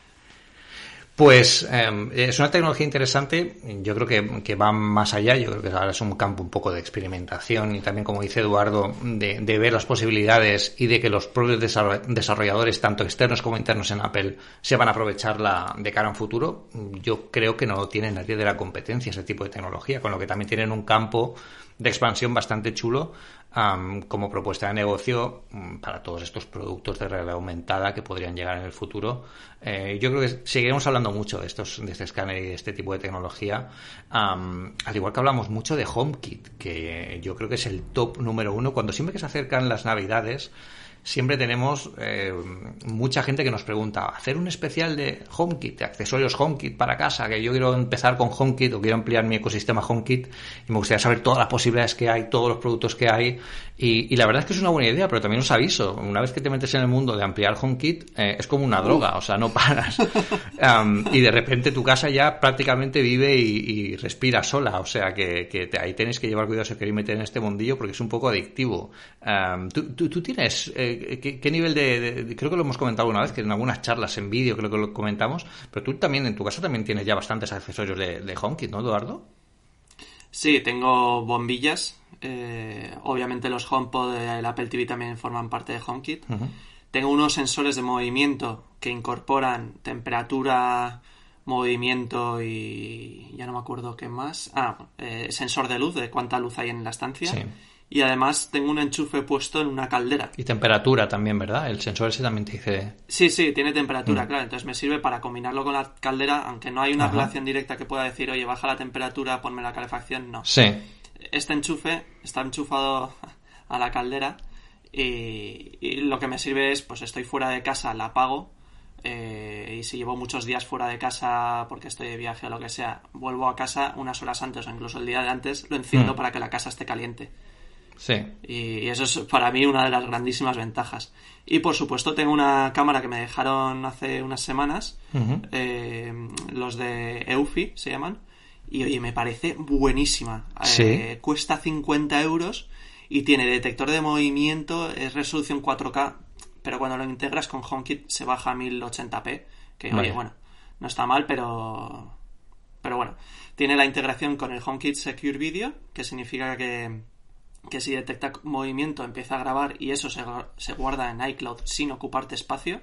Pues es una tecnología interesante, yo creo que va más allá, yo creo que ahora es un campo un poco de experimentación y también, como dice Eduardo, de ver las posibilidades y de que los propios desarrolladores, tanto externos como internos en Apple, se van a aprovecharla de cara a un futuro. Yo creo que no tiene nadie de la competencia ese tipo de tecnología, con lo que también tienen un campo de expansión bastante chulo como propuesta de negocio para todos estos productos de realidad aumentada que podrían llegar en el futuro. Yo creo que seguiremos hablando mucho de este escáner y de este tipo de tecnología, al igual que hablamos mucho de HomeKit, que yo creo que es el top número 1. Cuando siempre que se acercan las Navidades, siempre tenemos mucha gente que nos pregunta, hacer un especial de HomeKit, de accesorios HomeKit para casa, que yo quiero empezar con HomeKit o quiero ampliar mi ecosistema HomeKit y me gustaría saber todas las posibilidades que hay, todos los productos que hay, y la verdad es que es una buena idea, pero también os aviso, una vez que te metes en el mundo de ampliar HomeKit, es como una droga, o sea, no paras. Y de repente tu casa ya prácticamente vive y respira sola, o sea que ahí tenéis que llevar cuidado si queréis meter en este mundillo porque es un poco adictivo. ¿Tú tienes... ¿Qué nivel de creo que lo hemos comentado una vez, que en algunas charlas en vídeo creo que lo comentamos, pero tú también en tu casa también tienes ya bastantes accesorios de HomeKit, ¿no, Eduardo? Sí, tengo bombillas, obviamente los HomePod del Apple TV también forman parte de HomeKit. Uh-huh. Tengo unos sensores de movimiento que incorporan temperatura, movimiento y ya no me acuerdo qué más. Sensor de luz, de cuánta luz hay en la estancia. Sí. Y además tengo un enchufe puesto en una caldera. Y temperatura también, ¿verdad? El sensor ese también te dice... Sí, tiene temperatura, claro. Entonces me sirve para combinarlo con la caldera, aunque no hay una relación directa que pueda decir, oye, baja la temperatura, ponme la calefacción, no. Sí. Este enchufe está enchufado a la caldera y lo que me sirve es, pues estoy fuera de casa, la apago y si llevo muchos días fuera de casa porque estoy de viaje o lo que sea, vuelvo a casa unas horas antes o incluso el día de antes, lo enciendo para que la casa esté caliente. Sí. Y eso es para mí una de las grandísimas ventajas. Y por supuesto tengo una cámara que me dejaron hace unas semanas, los de Eufy se llaman, y oye, me parece buenísima. ¿Sí? Cuesta 50 euros y tiene detector de movimiento, es resolución 4K, pero cuando lo integras con HomeKit se baja a 1080p, que oye, bueno, no está mal, pero bueno, tiene la integración con el HomeKit Secure Video, que significa que si detecta movimiento empieza a grabar y eso se guarda en iCloud sin ocuparte espacio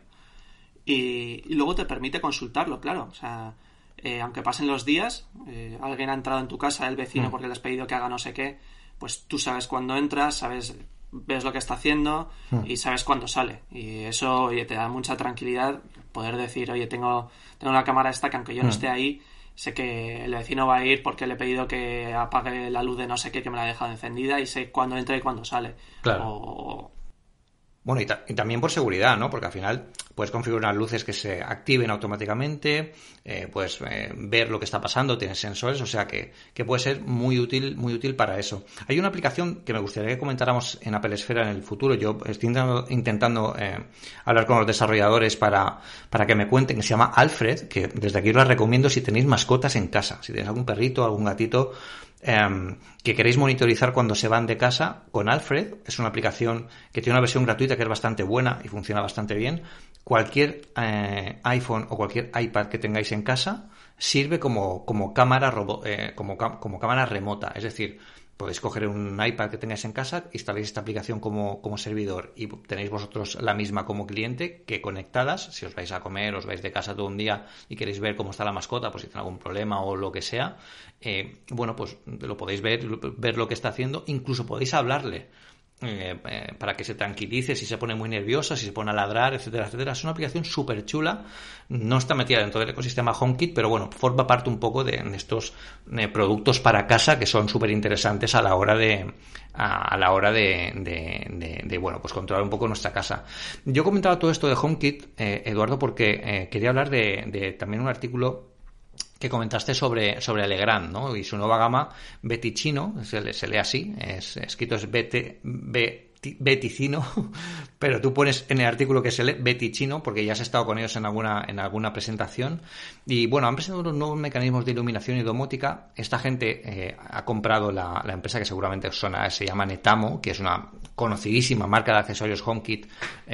y luego te permite consultarlo, claro, o sea, aunque pasen los días, alguien ha entrado en tu casa, el vecino porque le has pedido que haga no sé qué, pues tú sabes cuándo entras, ves lo que está haciendo y sabes cuándo sale, y eso, oye, te da mucha tranquilidad poder decir, oye, tengo una cámara esta que aunque yo no esté ahí, sé que el vecino va a ir porque le he pedido que apague la luz de no sé qué, que me la ha dejado encendida, y sé cuándo entra y cuándo sale. Claro. Bueno, y también por seguridad, ¿no? Porque al final puedes configurar luces que se activen automáticamente, puedes ver lo que está pasando, tienes sensores, o sea que puede ser muy útil para eso. Hay una aplicación que me gustaría que comentáramos en Apple Esfera en el futuro. Yo estoy intentando hablar con los desarrolladores para que me cuenten, que se llama Alfred, que desde aquí os la recomiendo si tenéis mascotas en casa, si tenéis algún perrito, algún gatito que queréis monitorizar cuando se van de casa. Con Alfred es una aplicación que tiene una versión gratuita que es bastante buena y funciona bastante bien. Cualquier iPhone o cualquier iPad que tengáis en casa sirve como cámara como cámara remota, es decir, Podéis coger un iPad que tengáis en casa, instaláis esta aplicación como servidor y tenéis vosotros la misma como cliente, que conectadas, si os vais a comer, os vais de casa todo un día y queréis ver cómo está la mascota, pues si tiene algún problema o lo que sea, pues lo podéis ver lo que está haciendo, incluso podéis hablarle. Para que se tranquilice si se pone muy nerviosa, si se pone a ladrar, etcétera, etcétera. Es una aplicación súper chula, no está metida dentro del ecosistema HomeKit, pero bueno, forma parte un poco de estos productos para casa que son súper interesantes a la hora de bueno, pues controlar un poco nuestra casa. Yo comentaba todo esto de HomeKit, Eduardo, porque quería hablar de también un artículo que comentaste sobre Legrand, ¿no? Y su nueva gama Beticino, se lee así, escrito es Beticino, pero tú pones en el artículo que se lee Beticino porque ya has estado con ellos en alguna presentación. Y bueno, han presentado unos nuevos mecanismos de iluminación y domótica. Esta gente ha comprado la empresa que seguramente os suena, se llama Netamo, que es una conocidísima marca de accesorios HomeKit,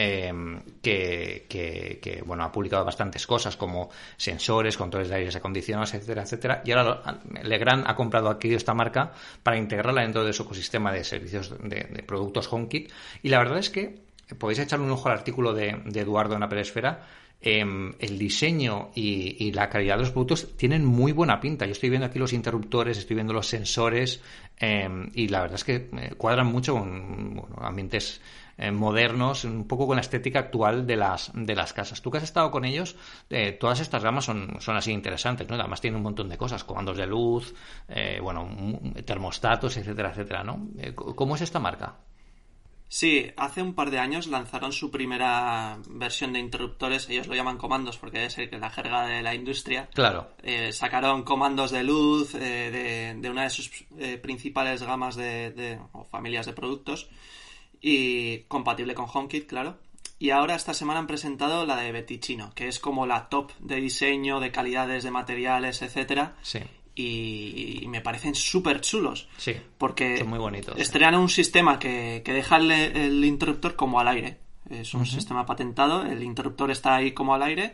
que bueno, ha publicado bastantes cosas como sensores, controles de aires acondicionados, etcétera, etcétera. Y ahora Legrand ha adquirido esta marca para integrarla dentro de su ecosistema de servicios de productos HomeKit. Y la verdad es que podéis echarle un ojo al artículo de Eduardo en Apple Esfera. El diseño y la calidad de los productos tienen muy buena pinta. Yo estoy viendo aquí los interruptores, estoy viendo los sensores, y la verdad es que cuadran mucho con ambientes modernos, un poco con la estética actual de las casas. Tú que has estado con ellos, todas estas gamas son así interesantes, ¿no? Además tienen un montón de cosas, comandos de luz, termostatos, etcétera, etcétera, ¿no? ¿Cómo es esta marca? Sí, hace un par de años lanzaron su primera versión de interruptores, ellos lo llaman comandos porque debe ser que la jerga de la industria. Claro. Sacaron comandos de luz de una de sus principales gamas o familias de productos, y compatible con HomeKit, claro. Y ahora esta semana han presentado la de Beticino, que es como la top de diseño, de calidades de materiales, etcétera. Sí. Y me parecen súper chulos. Sí, porque son muy bonitos. Estrenan un sistema que deja el interruptor como al aire. Es un sistema patentado, el interruptor está ahí como al aire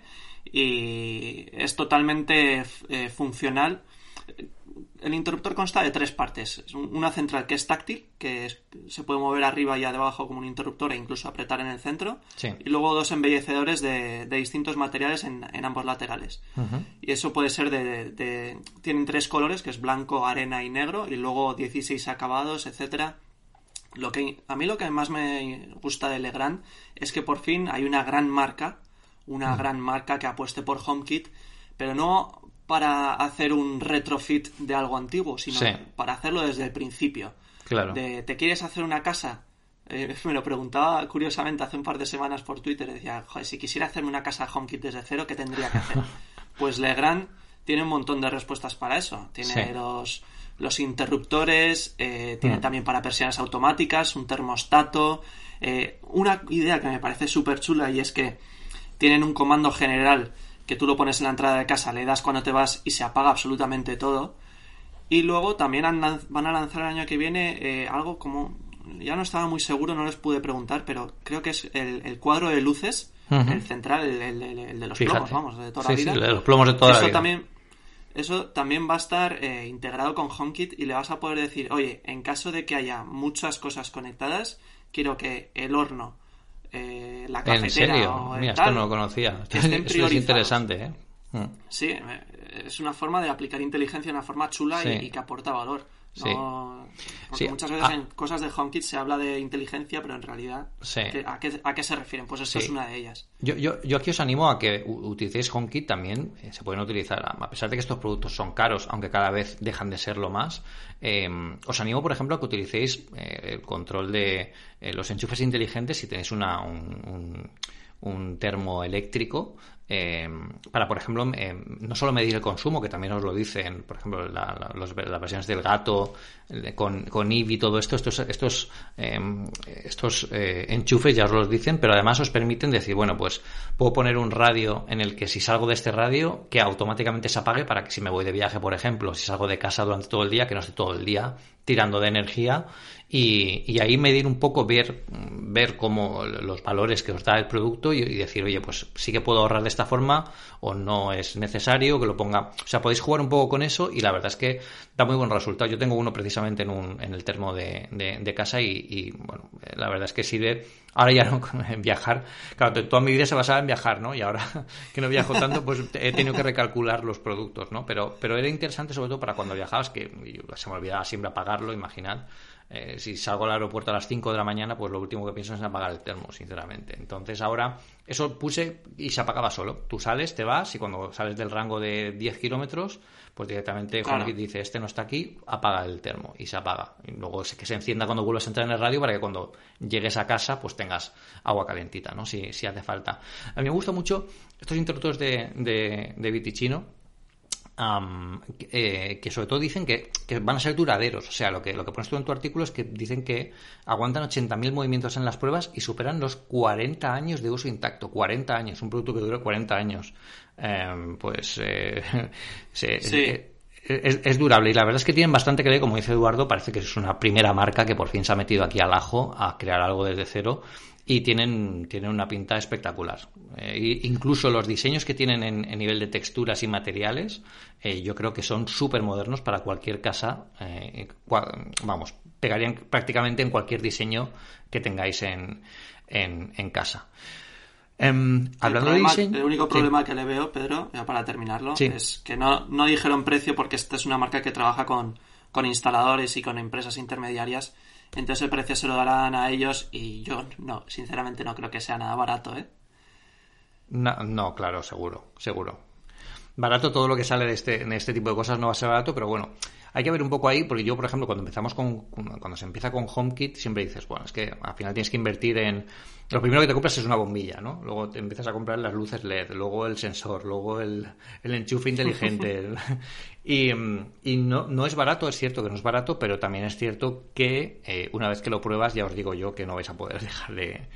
y es totalmente funcional. El interruptor consta de 3 partes. Una central que es táctil, se puede mover arriba y abajo como un interruptor e incluso apretar en el centro. Sí. Y luego 2 embellecedores de distintos materiales en ambos laterales. Uh-huh. Y eso puede ser tienen 3 colores, que es blanco, arena y negro, y luego 16 acabados, etcétera. A mí lo que más me gusta de Legrand es que por fin hay una gran marca que apueste por HomeKit, pero no para hacer un retrofit de algo antiguo, sino para hacerlo desde el principio. Claro. ¿Te quieres hacer una casa? Me lo preguntaba curiosamente hace un par de semanas por Twitter. Decía, joder, si quisiera hacerme una casa HomeKit desde cero, ¿qué tendría que hacer? Pues Legrand tiene un montón de respuestas para eso. Tiene los interruptores, tiene también para persianas automáticas, un termostato. Una idea que me parece súper chula, y es que tienen un comando general que tú lo pones en la entrada de casa, le das cuando te vas y se apaga absolutamente todo. Y luego también van a lanzar el año que viene algo como... Ya no estaba muy seguro, no les pude preguntar, pero creo que es el cuadro de luces, el central, el de los plomos, vamos, de toda la vida. Sí, de los plomos de toda la vida. Eso también va a estar integrado con HomeKit, y le vas a poder decir, oye, en caso de que haya muchas cosas conectadas, quiero que el horno, la cafetera... ¿En serio? O mira, tal, esto no lo conocía. Esto es interesante, ¿eh? Sí, es una forma de aplicar inteligencia de una forma chula y que aporta valor. No, porque muchas veces en cosas de HomeKit se habla de inteligencia, pero en realidad ¿a qué se refieren? Pues esto es una de ellas. Yo aquí os animo a que utilicéis HomeKit también. Se pueden utilizar, a pesar de que estos productos son caros, aunque cada vez dejan de serlo más. Os animo, por ejemplo, a que utilicéis el control de los enchufes inteligentes si tenéis un termoeléctrico, para, por ejemplo, no solo medir el consumo, que también os lo dicen, por ejemplo, las versiones del gato con IV y todo esto, estos enchufes ya os los dicen, pero además os permiten decir, bueno, pues puedo poner un radio en el que si salgo de este radio, que automáticamente se apague, para que si me voy de viaje, por ejemplo, si salgo de casa durante todo el día, que no esté todo el día tirando de energía, y ahí medir un poco, ver cómo los valores que os da el producto y decir, oye, pues sí que puedo ahorrar de esta forma o no es necesario que lo ponga. O sea, podéis jugar un poco con eso y la verdad es que da muy buen resultado. Yo tengo uno precisamente en el termo de casa y bueno, la verdad es que sirve. Ahora ya no, en viajar. Claro, toda mi vida se basaba en viajar, ¿no? Y ahora que no viajo tanto, pues he tenido que recalcular los productos, ¿no? Pero era interesante sobre todo para cuando viajabas, que se me olvidaba siempre apagarlo, imaginad. Si salgo al aeropuerto a las 5 de la mañana, pues lo último que pienso es en apagar el termo, sinceramente. Entonces ahora eso puse y se apagaba solo. Tú sales, te vas y cuando sales del rango de 10 kilómetros, pues directamente HomeKit dice, este no está aquí, apaga el termo y se apaga. Y luego que se encienda cuando vuelvas a entrar en el radio para que cuando llegues a casa pues tengas agua calentita, ¿no? Si hace falta. A mí me gusta mucho estos interruptores de Vitichino. Que sobre todo dicen que van a ser duraderos. O sea, lo que pones tú en tu artículo es que dicen que aguantan 80.000 movimientos en las pruebas y superan los 40 años de uso intacto. 40 años, un producto que dura 40 años. Es durable y la verdad es que tienen bastante que ver, como dice Eduardo, parece que es una primera marca que por fin se ha metido aquí al ajo a crear algo desde cero y tienen una pinta espectacular. Incluso los diseños que tienen en nivel de texturas y materiales, yo creo que son súper modernos para cualquier casa. Pegarían prácticamente en cualquier diseño que tengáis en casa. Hablando de diseño, el único problema que le veo, Pedro, ya para terminarlo, es que no dijeron precio porque esta es una marca que trabaja con instaladores y con empresas intermediarias. Entonces el precio se lo darán a ellos y yo sinceramente no creo que sea nada barato, ¿eh? No, claro, seguro. Barato todo lo que sale en este tipo de cosas no va a ser barato, pero bueno, hay que ver un poco ahí, porque yo, por ejemplo, cuando se empieza con HomeKit, siempre dices, bueno, es que al final tienes que invertir en... Lo primero que te compras es una bombilla, ¿no? Luego te empiezas a comprar las luces LED, luego el sensor, luego el enchufe inteligente. Y no es barato, es cierto que no es barato, pero también es cierto que una vez que lo pruebas, ya os digo yo que no vais a poder dejar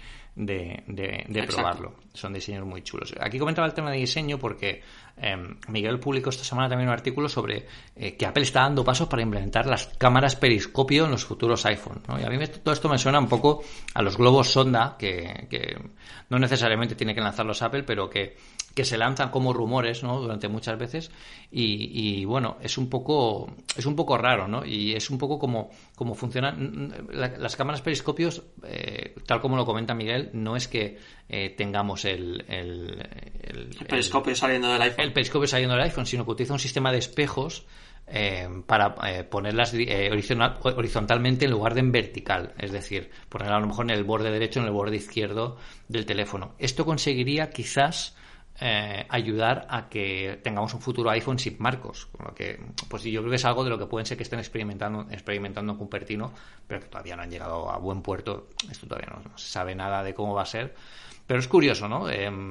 de probarlo. Son diseños muy chulos. Aquí comentaba el tema de diseño porque Miguel publicó esta semana también un artículo sobre que Apple está dando pasos para implementar las cámaras periscopio en los futuros iPhone, ¿no? Y a mí todo esto me suena un poco a los globos sonda que no necesariamente tiene que lanzarlos Apple, pero que se lanzan como rumores, ¿no? Durante muchas veces y bueno, es un poco raro, ¿no? Y es un poco como funcionan las cámaras periscopios, tal como lo comenta Miguel, no es que tengamos el periscopio saliendo del iPhone. El periscopio saliendo del iPhone, sino que utiliza un sistema de espejos para ponerlas horizontalmente en lugar de en vertical, es decir, ponerla a lo mejor en el borde derecho o en el borde izquierdo del teléfono. Esto conseguiría quizás ayudar a que tengamos un futuro iPhone sin marcos, con lo que pues yo creo que es algo de lo que pueden ser que estén experimentando en Cupertino, pero que todavía no han llegado a buen puerto. Esto todavía no se sabe nada de cómo va a ser, pero es curioso, ¿no?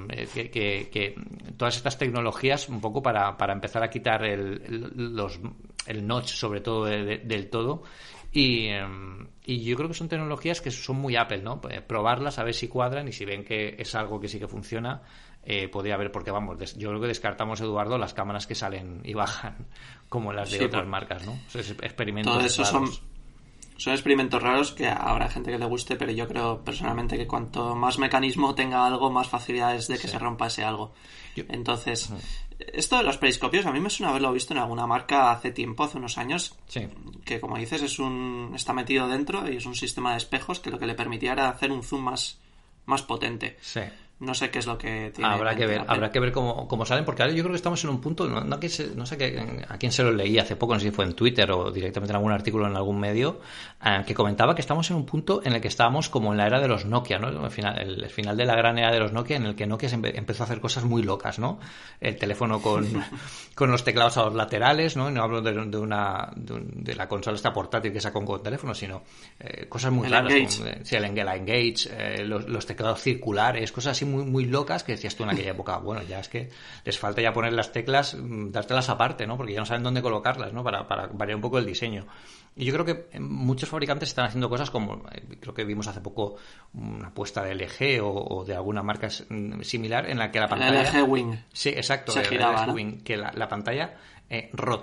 Que todas estas tecnologías un poco para empezar a quitar el notch sobre todo del todo. Y yo creo que son tecnologías que son muy Apple, ¿no? Probarlas, a ver si cuadran y si ven que es algo que sí que funciona, podría haber, porque vamos, yo creo que descartamos, Eduardo, las cámaras que salen y bajan como las de otras marcas, ¿no? O sea, experimentos todo eso raros. Son experimentos raros que habrá gente que le guste, pero yo creo personalmente que cuanto más mecanismo tenga algo, más facilidades de que se rompa ese algo. Entonces, esto de los periscopios a mí me suena haberlo visto en alguna marca hace tiempo, hace unos años, que como dices está metido dentro y es un sistema de espejos que lo que le permitía era hacer un zoom más potente. Sí. No sé qué es lo que tiene. Habrá que ver cómo salen, porque ahora yo creo que estamos en un punto, no sé a quién se lo leí hace poco, no sé si fue en Twitter o directamente en algún artículo en algún medio, que comentaba que estamos en un punto en el que estábamos como en la era de los Nokia, ¿no? El final de la gran era de los Nokia, en el que Nokia empezó a hacer cosas muy locas, ¿no? El teléfono con los teclados a los laterales, ¿no? Y no hablo de la consola esta portátil que sacó con teléfono, sino cosas muy raras. La Engage, los teclados circulares, cosas así muy locas que decías tú en aquella época, bueno, ya es que les falta ya poner las teclas, dártelas aparte, ¿no? Porque ya no saben dónde colocarlas, ¿no? Para variar un poco el diseño. Y yo creo que muchos fabricantes están haciendo cosas como, creo que vimos hace poco una apuesta de LG o de alguna marca similar en la que la pantalla... LG Wing. Sí, exacto. Se giraba, ¿no? Wing, que la pantalla rotaba.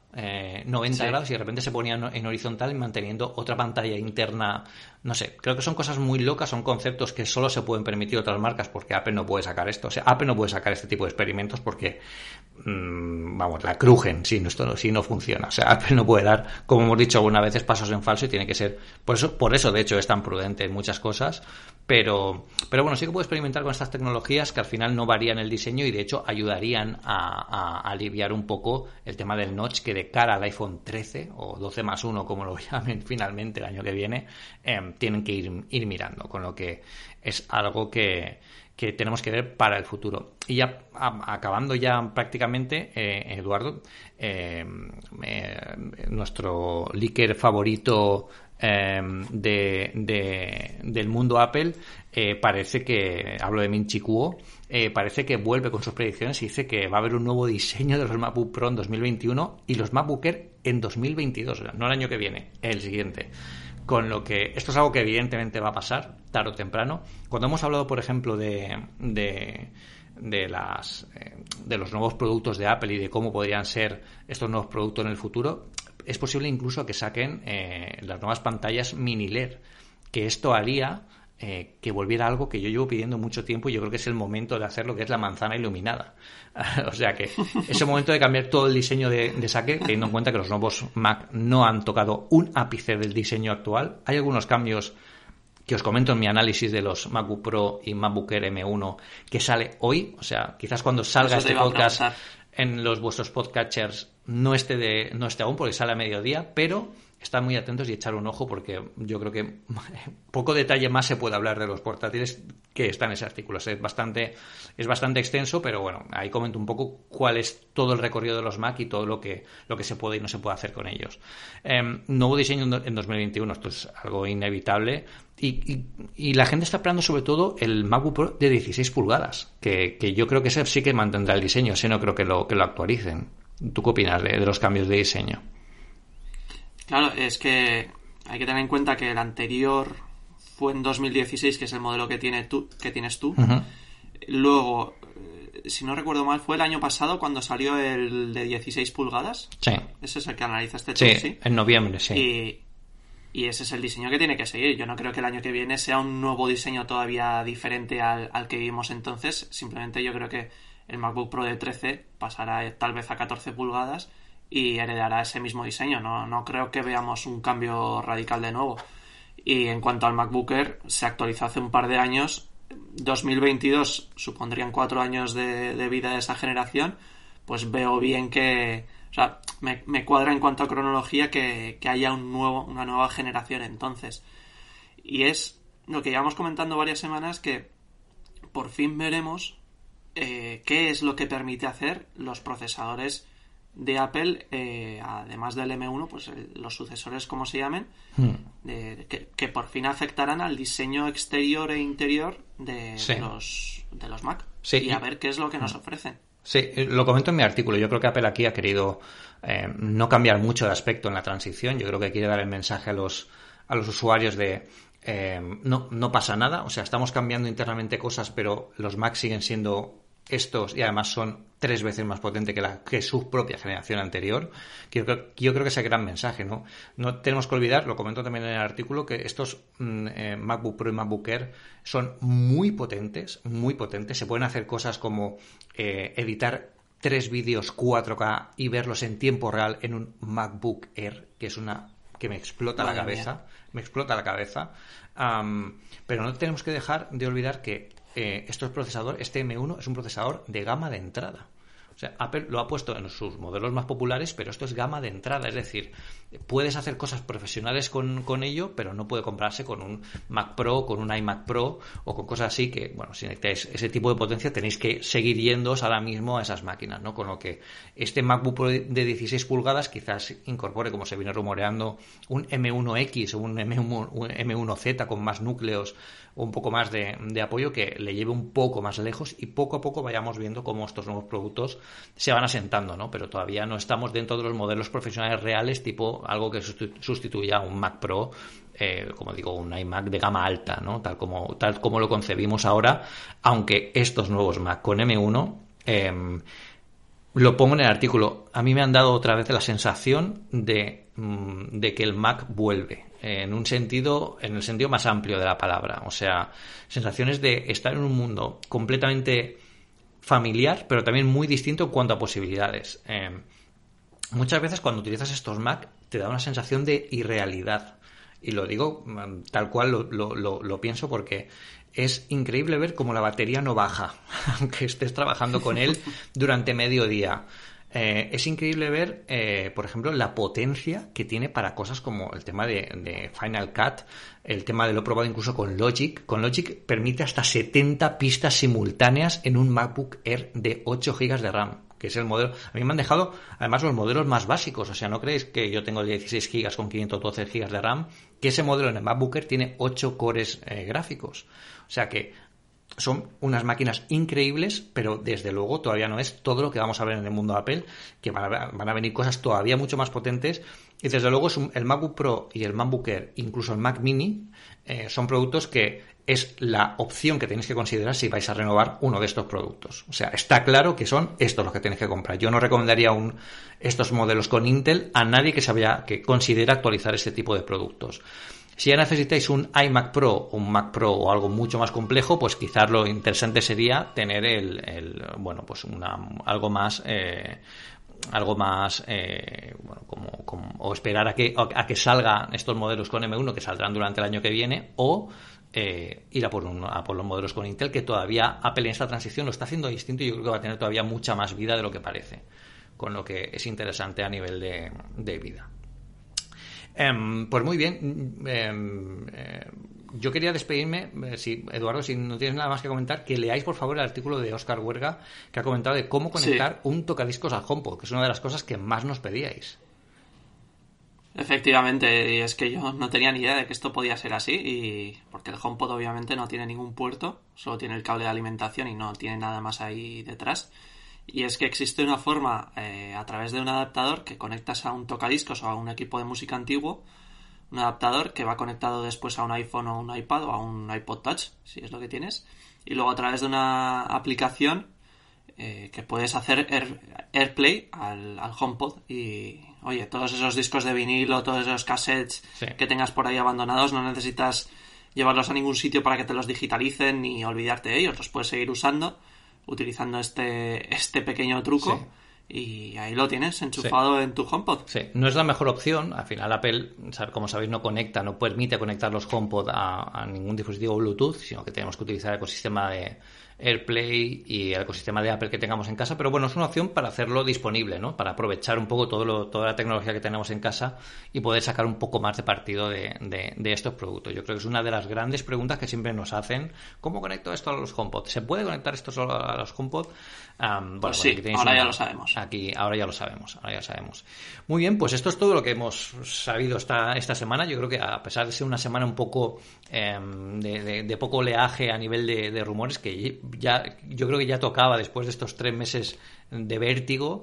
90 grados y de repente se ponía en horizontal y manteniendo otra pantalla interna. No sé, creo que son cosas muy locas, son conceptos que solo se pueden permitir otras marcas porque Apple no puede sacar esto. O sea, Apple no puede sacar este tipo de experimentos porque, vamos, la crujen si no funciona. O sea, Apple no puede dar, como hemos dicho algunas veces, pasos en falso y tiene que ser... Por eso de hecho, es tan prudente en muchas cosas. Pero bueno, sí que puede experimentar con estas tecnologías que al final no varían el diseño y de hecho ayudarían a aliviar un poco el tema del notch, que de cara al iPhone 13 o 12+1, como lo llamen finalmente el año que viene, tienen que ir mirando, con lo que es algo que tenemos que ver para el futuro. Y ya acabando ya prácticamente, Eduardo, nuestro leaker favorito del mundo Apple, parece que, hablo de Min-Chi Kuo, parece que vuelve con sus predicciones y dice que va a haber un nuevo diseño de los MacBook Pro en 2021 y los MacBook Air en 2022, no el año que viene, el siguiente. Con lo que esto es algo que evidentemente va a pasar tarde o temprano. Cuando hemos hablado, por ejemplo, de los nuevos productos de Apple y de cómo podrían ser estos nuevos productos en el futuro, es posible incluso que saquen las nuevas pantallas mini LED, que esto haría que volviera algo que yo llevo pidiendo mucho tiempo y yo creo que es el momento de hacer lo que es la manzana iluminada. O sea que es el momento de cambiar todo el diseño de saque, teniendo en cuenta que los nuevos Mac no han tocado un ápice del diseño actual. Hay algunos cambios que os comento en mi análisis de los MacBook Pro y MacBook Air M1 que sale hoy. O sea, quizás cuando salga este podcast en vuestros podcatchers no esté aún porque sale a mediodía, pero estad muy atentos y echar un ojo porque yo creo que poco detalle más se puede hablar de los portátiles que está en ese artículo. Es bastante extenso, pero bueno, ahí comento un poco cuál es todo el recorrido de los Mac y todo lo que se puede y no se puede hacer con ellos. Nuevo diseño en 2021, esto es algo inevitable y la gente está esperando sobre todo el MacBook Pro de 16 pulgadas, que yo creo que ese sí que mantendrá el diseño, ese no creo que lo actualicen. ¿Tú qué opinas de los cambios de diseño? Claro, es que hay que tener en cuenta que el anterior fue en 2016, que es el modelo que tienes tú. Uh-huh. Luego, si no recuerdo mal, fue el año pasado cuando salió el de 16 pulgadas. Sí. Ese es el que analizaste tú, sí. Sí, en noviembre, sí. Y ese es el diseño que tiene que seguir. Yo no creo que el año que viene sea un nuevo diseño todavía diferente al que vimos entonces. Simplemente yo creo que el MacBook Pro de 13 pasará tal vez a 14 pulgadas y heredará ese mismo diseño. No creo que veamos un cambio radical de nuevo. Y en cuanto al MacBook Air, se actualizó hace un par de años. 2022 supondrían 4 años de vida de esa generación. Pues veo bien que... O sea, me cuadra en cuanto a cronología que haya una nueva generación entonces. Y es lo que llevamos comentando varias semanas, que por fin veremos qué es lo que permite hacer los procesadores de Apple, además del M1, pues los sucesores, como se llamen, que por fin afectarán al diseño exterior e interior de los Mac. Sí. Y a ver qué es lo que nos ofrecen. Sí, lo comento en mi artículo. Yo creo que Apple aquí ha querido no cambiar mucho de aspecto en la transición. Yo creo que quiere dar el mensaje a los usuarios de no pasa nada. O sea, estamos cambiando internamente cosas, pero los Mac siguen siendo estos y además son 3 veces más potentes que su propia generación anterior. Yo creo que ese gran mensaje, ¿no? No tenemos que olvidar, lo comento también en el artículo, que estos MacBook Pro y MacBook Air son muy potentes. Se pueden hacer cosas como editar 3 vídeos 4K y verlos en tiempo real en un MacBook Air, que es que me explota la cabeza. Me explota la cabeza. Pero no tenemos que dejar de olvidar que este M1 es un procesador de gama de entrada. O sea, Apple lo ha puesto en sus modelos más populares, pero esto es gama de entrada. Es decir, puedes hacer cosas profesionales con ello, pero no puede comprarse con un Mac Pro, con un iMac Pro o con cosas así que, bueno, si necesitáis ese tipo de potencia tenéis que seguir yéndoos ahora mismo a esas máquinas, ¿no? Con lo que este MacBook Pro de 16 pulgadas quizás incorpore, como se viene rumoreando, un M1X o un M1Z con más núcleos o un poco más de apoyo que le lleve un poco más lejos y poco a poco vayamos viendo cómo estos nuevos productos se van asentando, ¿no? Pero todavía no estamos dentro de los modelos profesionales reales, tipo algo que sustituya a un Mac Pro, como digo, un iMac de gama alta, ¿no? Tal como lo concebimos ahora, aunque estos nuevos Mac con M1 Lo pongo en el artículo. A mí me han dado otra vez la sensación de que el Mac vuelve, en el sentido más amplio de la palabra. O sea, sensaciones de estar en un mundo completamente familiar, pero también muy distinto en cuanto a posibilidades. Muchas veces cuando utilizas estos Mac te da una sensación de irrealidad. Y lo digo tal cual lo pienso, porque es increíble ver cómo la batería no baja, aunque estés trabajando con él durante medio día. Es increíble ver, por ejemplo, la potencia que tiene para cosas como el tema de Final Cut, el tema de lo he probado incluso con Logic. Con Logic permite hasta 70 pistas simultáneas en un MacBook Air de 8 GB de RAM, que es el modelo. A mí me han dejado, además, los modelos más básicos. O sea, no creéis que yo tengo 16 GB con 512 GB de RAM, que ese modelo en el MacBook Air tiene 8 cores gráficos. O sea que son unas máquinas increíbles, pero desde luego todavía no es todo lo que vamos a ver en el mundo de Apple, que van a venir cosas todavía mucho más potentes. Y desde luego el MacBook Pro y el MacBook Air, incluso el Mac Mini, son productos que es la opción que tenéis que considerar si vais a renovar uno de estos productos. O sea, está claro que son estos los que tenéis que comprar. Yo no recomendaría estos modelos con Intel a nadie que considera actualizar este tipo de productos. Si ya necesitáis un iMac Pro, un Mac Pro o algo mucho más complejo, pues quizás lo interesante sería tener algo más o esperar a que salgan estos modelos con M1, que saldrán durante el año que viene, o ir a por los modelos con Intel, que todavía Apple en esta transición lo está haciendo distinto, y yo creo que va a tener todavía mucha más vida de lo que parece, con lo que es interesante a nivel de vida. Pues muy bien. Yo quería despedirme, Eduardo, si no tienes nada más que comentar, que leáis por favor el artículo de Óscar Huerga, que ha comentado de cómo conectar un tocadiscos al HomePod, que es una de las cosas que más nos pedíais. Efectivamente, y es que yo no tenía ni idea de que esto podía ser así, porque el HomePod obviamente no tiene ningún puerto, solo tiene el cable de alimentación y no tiene nada más ahí detrás. Y es que existe una forma, a través de un adaptador, que conectas a un tocadiscos o a un equipo de música antiguo, un adaptador que va conectado después a un iPhone o un iPad o a un iPod Touch, si es lo que tienes, y luego a través de una aplicación que puedes hacer AirPlay al HomePod, y oye, todos esos discos de vinilo, todos esos cassettes que tengas por ahí abandonados, no necesitas llevarlos a ningún sitio para que te los digitalicen ni olvidarte de ellos, los puedes seguir usando utilizando este pequeño truco. Y ahí lo tienes enchufado en tu HomePod. Sí, no es la mejor opción. Al final Apple, como sabéis, no permite conectar los HomePod a ningún dispositivo Bluetooth, sino que tenemos que utilizar el ecosistema de AirPlay y el ecosistema de Apple que tengamos en casa. Pero bueno, es una opción para hacerlo disponible, ¿no? Para aprovechar un poco toda la tecnología que tenemos en casa y poder sacar un poco más de partido de estos productos. Yo creo que es una de las grandes preguntas que siempre nos hacen. ¿Cómo conecto esto a los HomePod? ¿Se puede conectar esto solo a los HomePod? Pues sí, ahora ya lo sabemos. Ahora ya lo sabemos. Muy bien, pues esto es todo lo que hemos sabido esta semana. Yo creo que, a pesar de ser una semana un poco de poco oleaje a nivel de rumores, que yo creo que ya tocaba después de estos 3 meses de vértigo,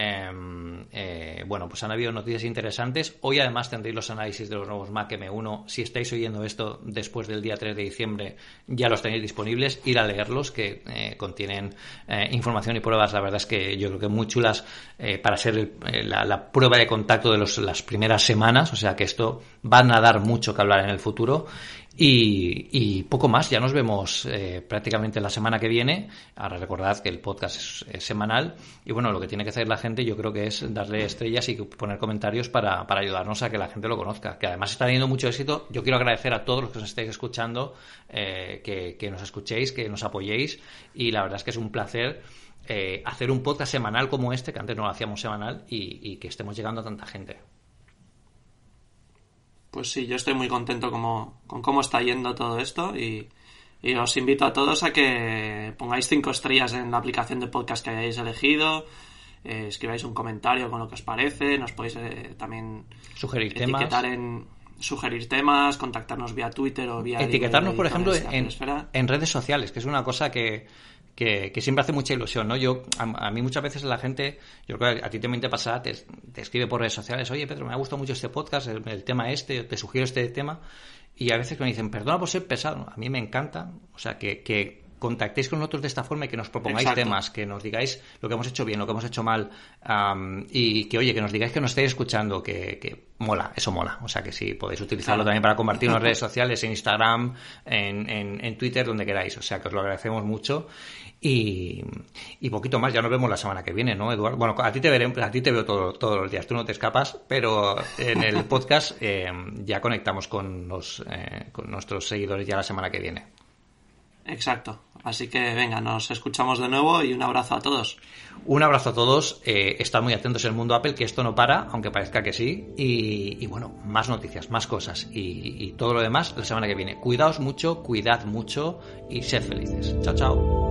pues han habido noticias interesantes. Hoy además tendréis los análisis de los nuevos Mac M1. Si estáis oyendo esto después del día 3 de diciembre, ya los tenéis disponibles. Ir a leerlos, que contienen información y pruebas, la verdad es que yo creo que muy chulas para ser la prueba de contacto de las primeras semanas. O sea que esto van a dar mucho que hablar en el futuro. Y poco más, ya nos vemos prácticamente la semana que viene. Ahora recordad que el podcast es semanal, y bueno, lo que tiene que hacer la gente, yo creo que es darle estrellas y poner comentarios para ayudarnos a que la gente lo conozca, que además está teniendo mucho éxito. Yo quiero agradecer a todos los que os estáis escuchando, que nos escuchéis, que nos apoyéis, y la verdad es que es un placer hacer un podcast semanal como este, que antes no lo hacíamos semanal, y que estemos llegando a tanta gente. Pues sí, yo estoy muy contento con cómo está yendo todo esto, y os invito a todos a que pongáis 5 estrellas en la aplicación de podcast que hayáis elegido, escribáis un comentario con lo que os parece, nos podéis también sugerir sugerir temas, contactarnos vía Twitter o vía... Etiquetarnos, por ejemplo, en redes sociales, que es una cosa que siempre hace mucha ilusión, ¿no? A mí muchas veces la gente, yo creo que a ti también te pasa, te escribe por redes sociales: oye, Pedro, me ha gustado mucho este podcast, el tema te sugiero este tema, y a veces me dicen, perdona por ser pesado. A mí me encanta, o sea, que contactéis con nosotros de esta forma y que nos propongáis Exacto. temas, que nos digáis lo que hemos hecho bien, lo que hemos hecho mal, y que, oye, que nos digáis que nos estáis escuchando, que mola, eso mola. O sea, que sí, podéis utilizarlo también para compartirlo en redes sociales, en Instagram, en Twitter, donde queráis. O sea, que os lo agradecemos mucho. Y poquito más, ya nos vemos la semana que viene, ¿no, Eduardo? Bueno, a ti te veo todos los días, tú no te escapas, pero en el podcast ya conectamos con nuestros seguidores ya la semana que viene. Exacto. Así que venga, nos escuchamos de nuevo y un abrazo a todos. Un abrazo a todos, estad muy atentos en el mundo Apple, que esto no para, aunque parezca que sí, y bueno, más noticias, más cosas y todo lo demás la semana que viene. Cuidaos mucho, cuidad mucho y sed felices. Chao, chao.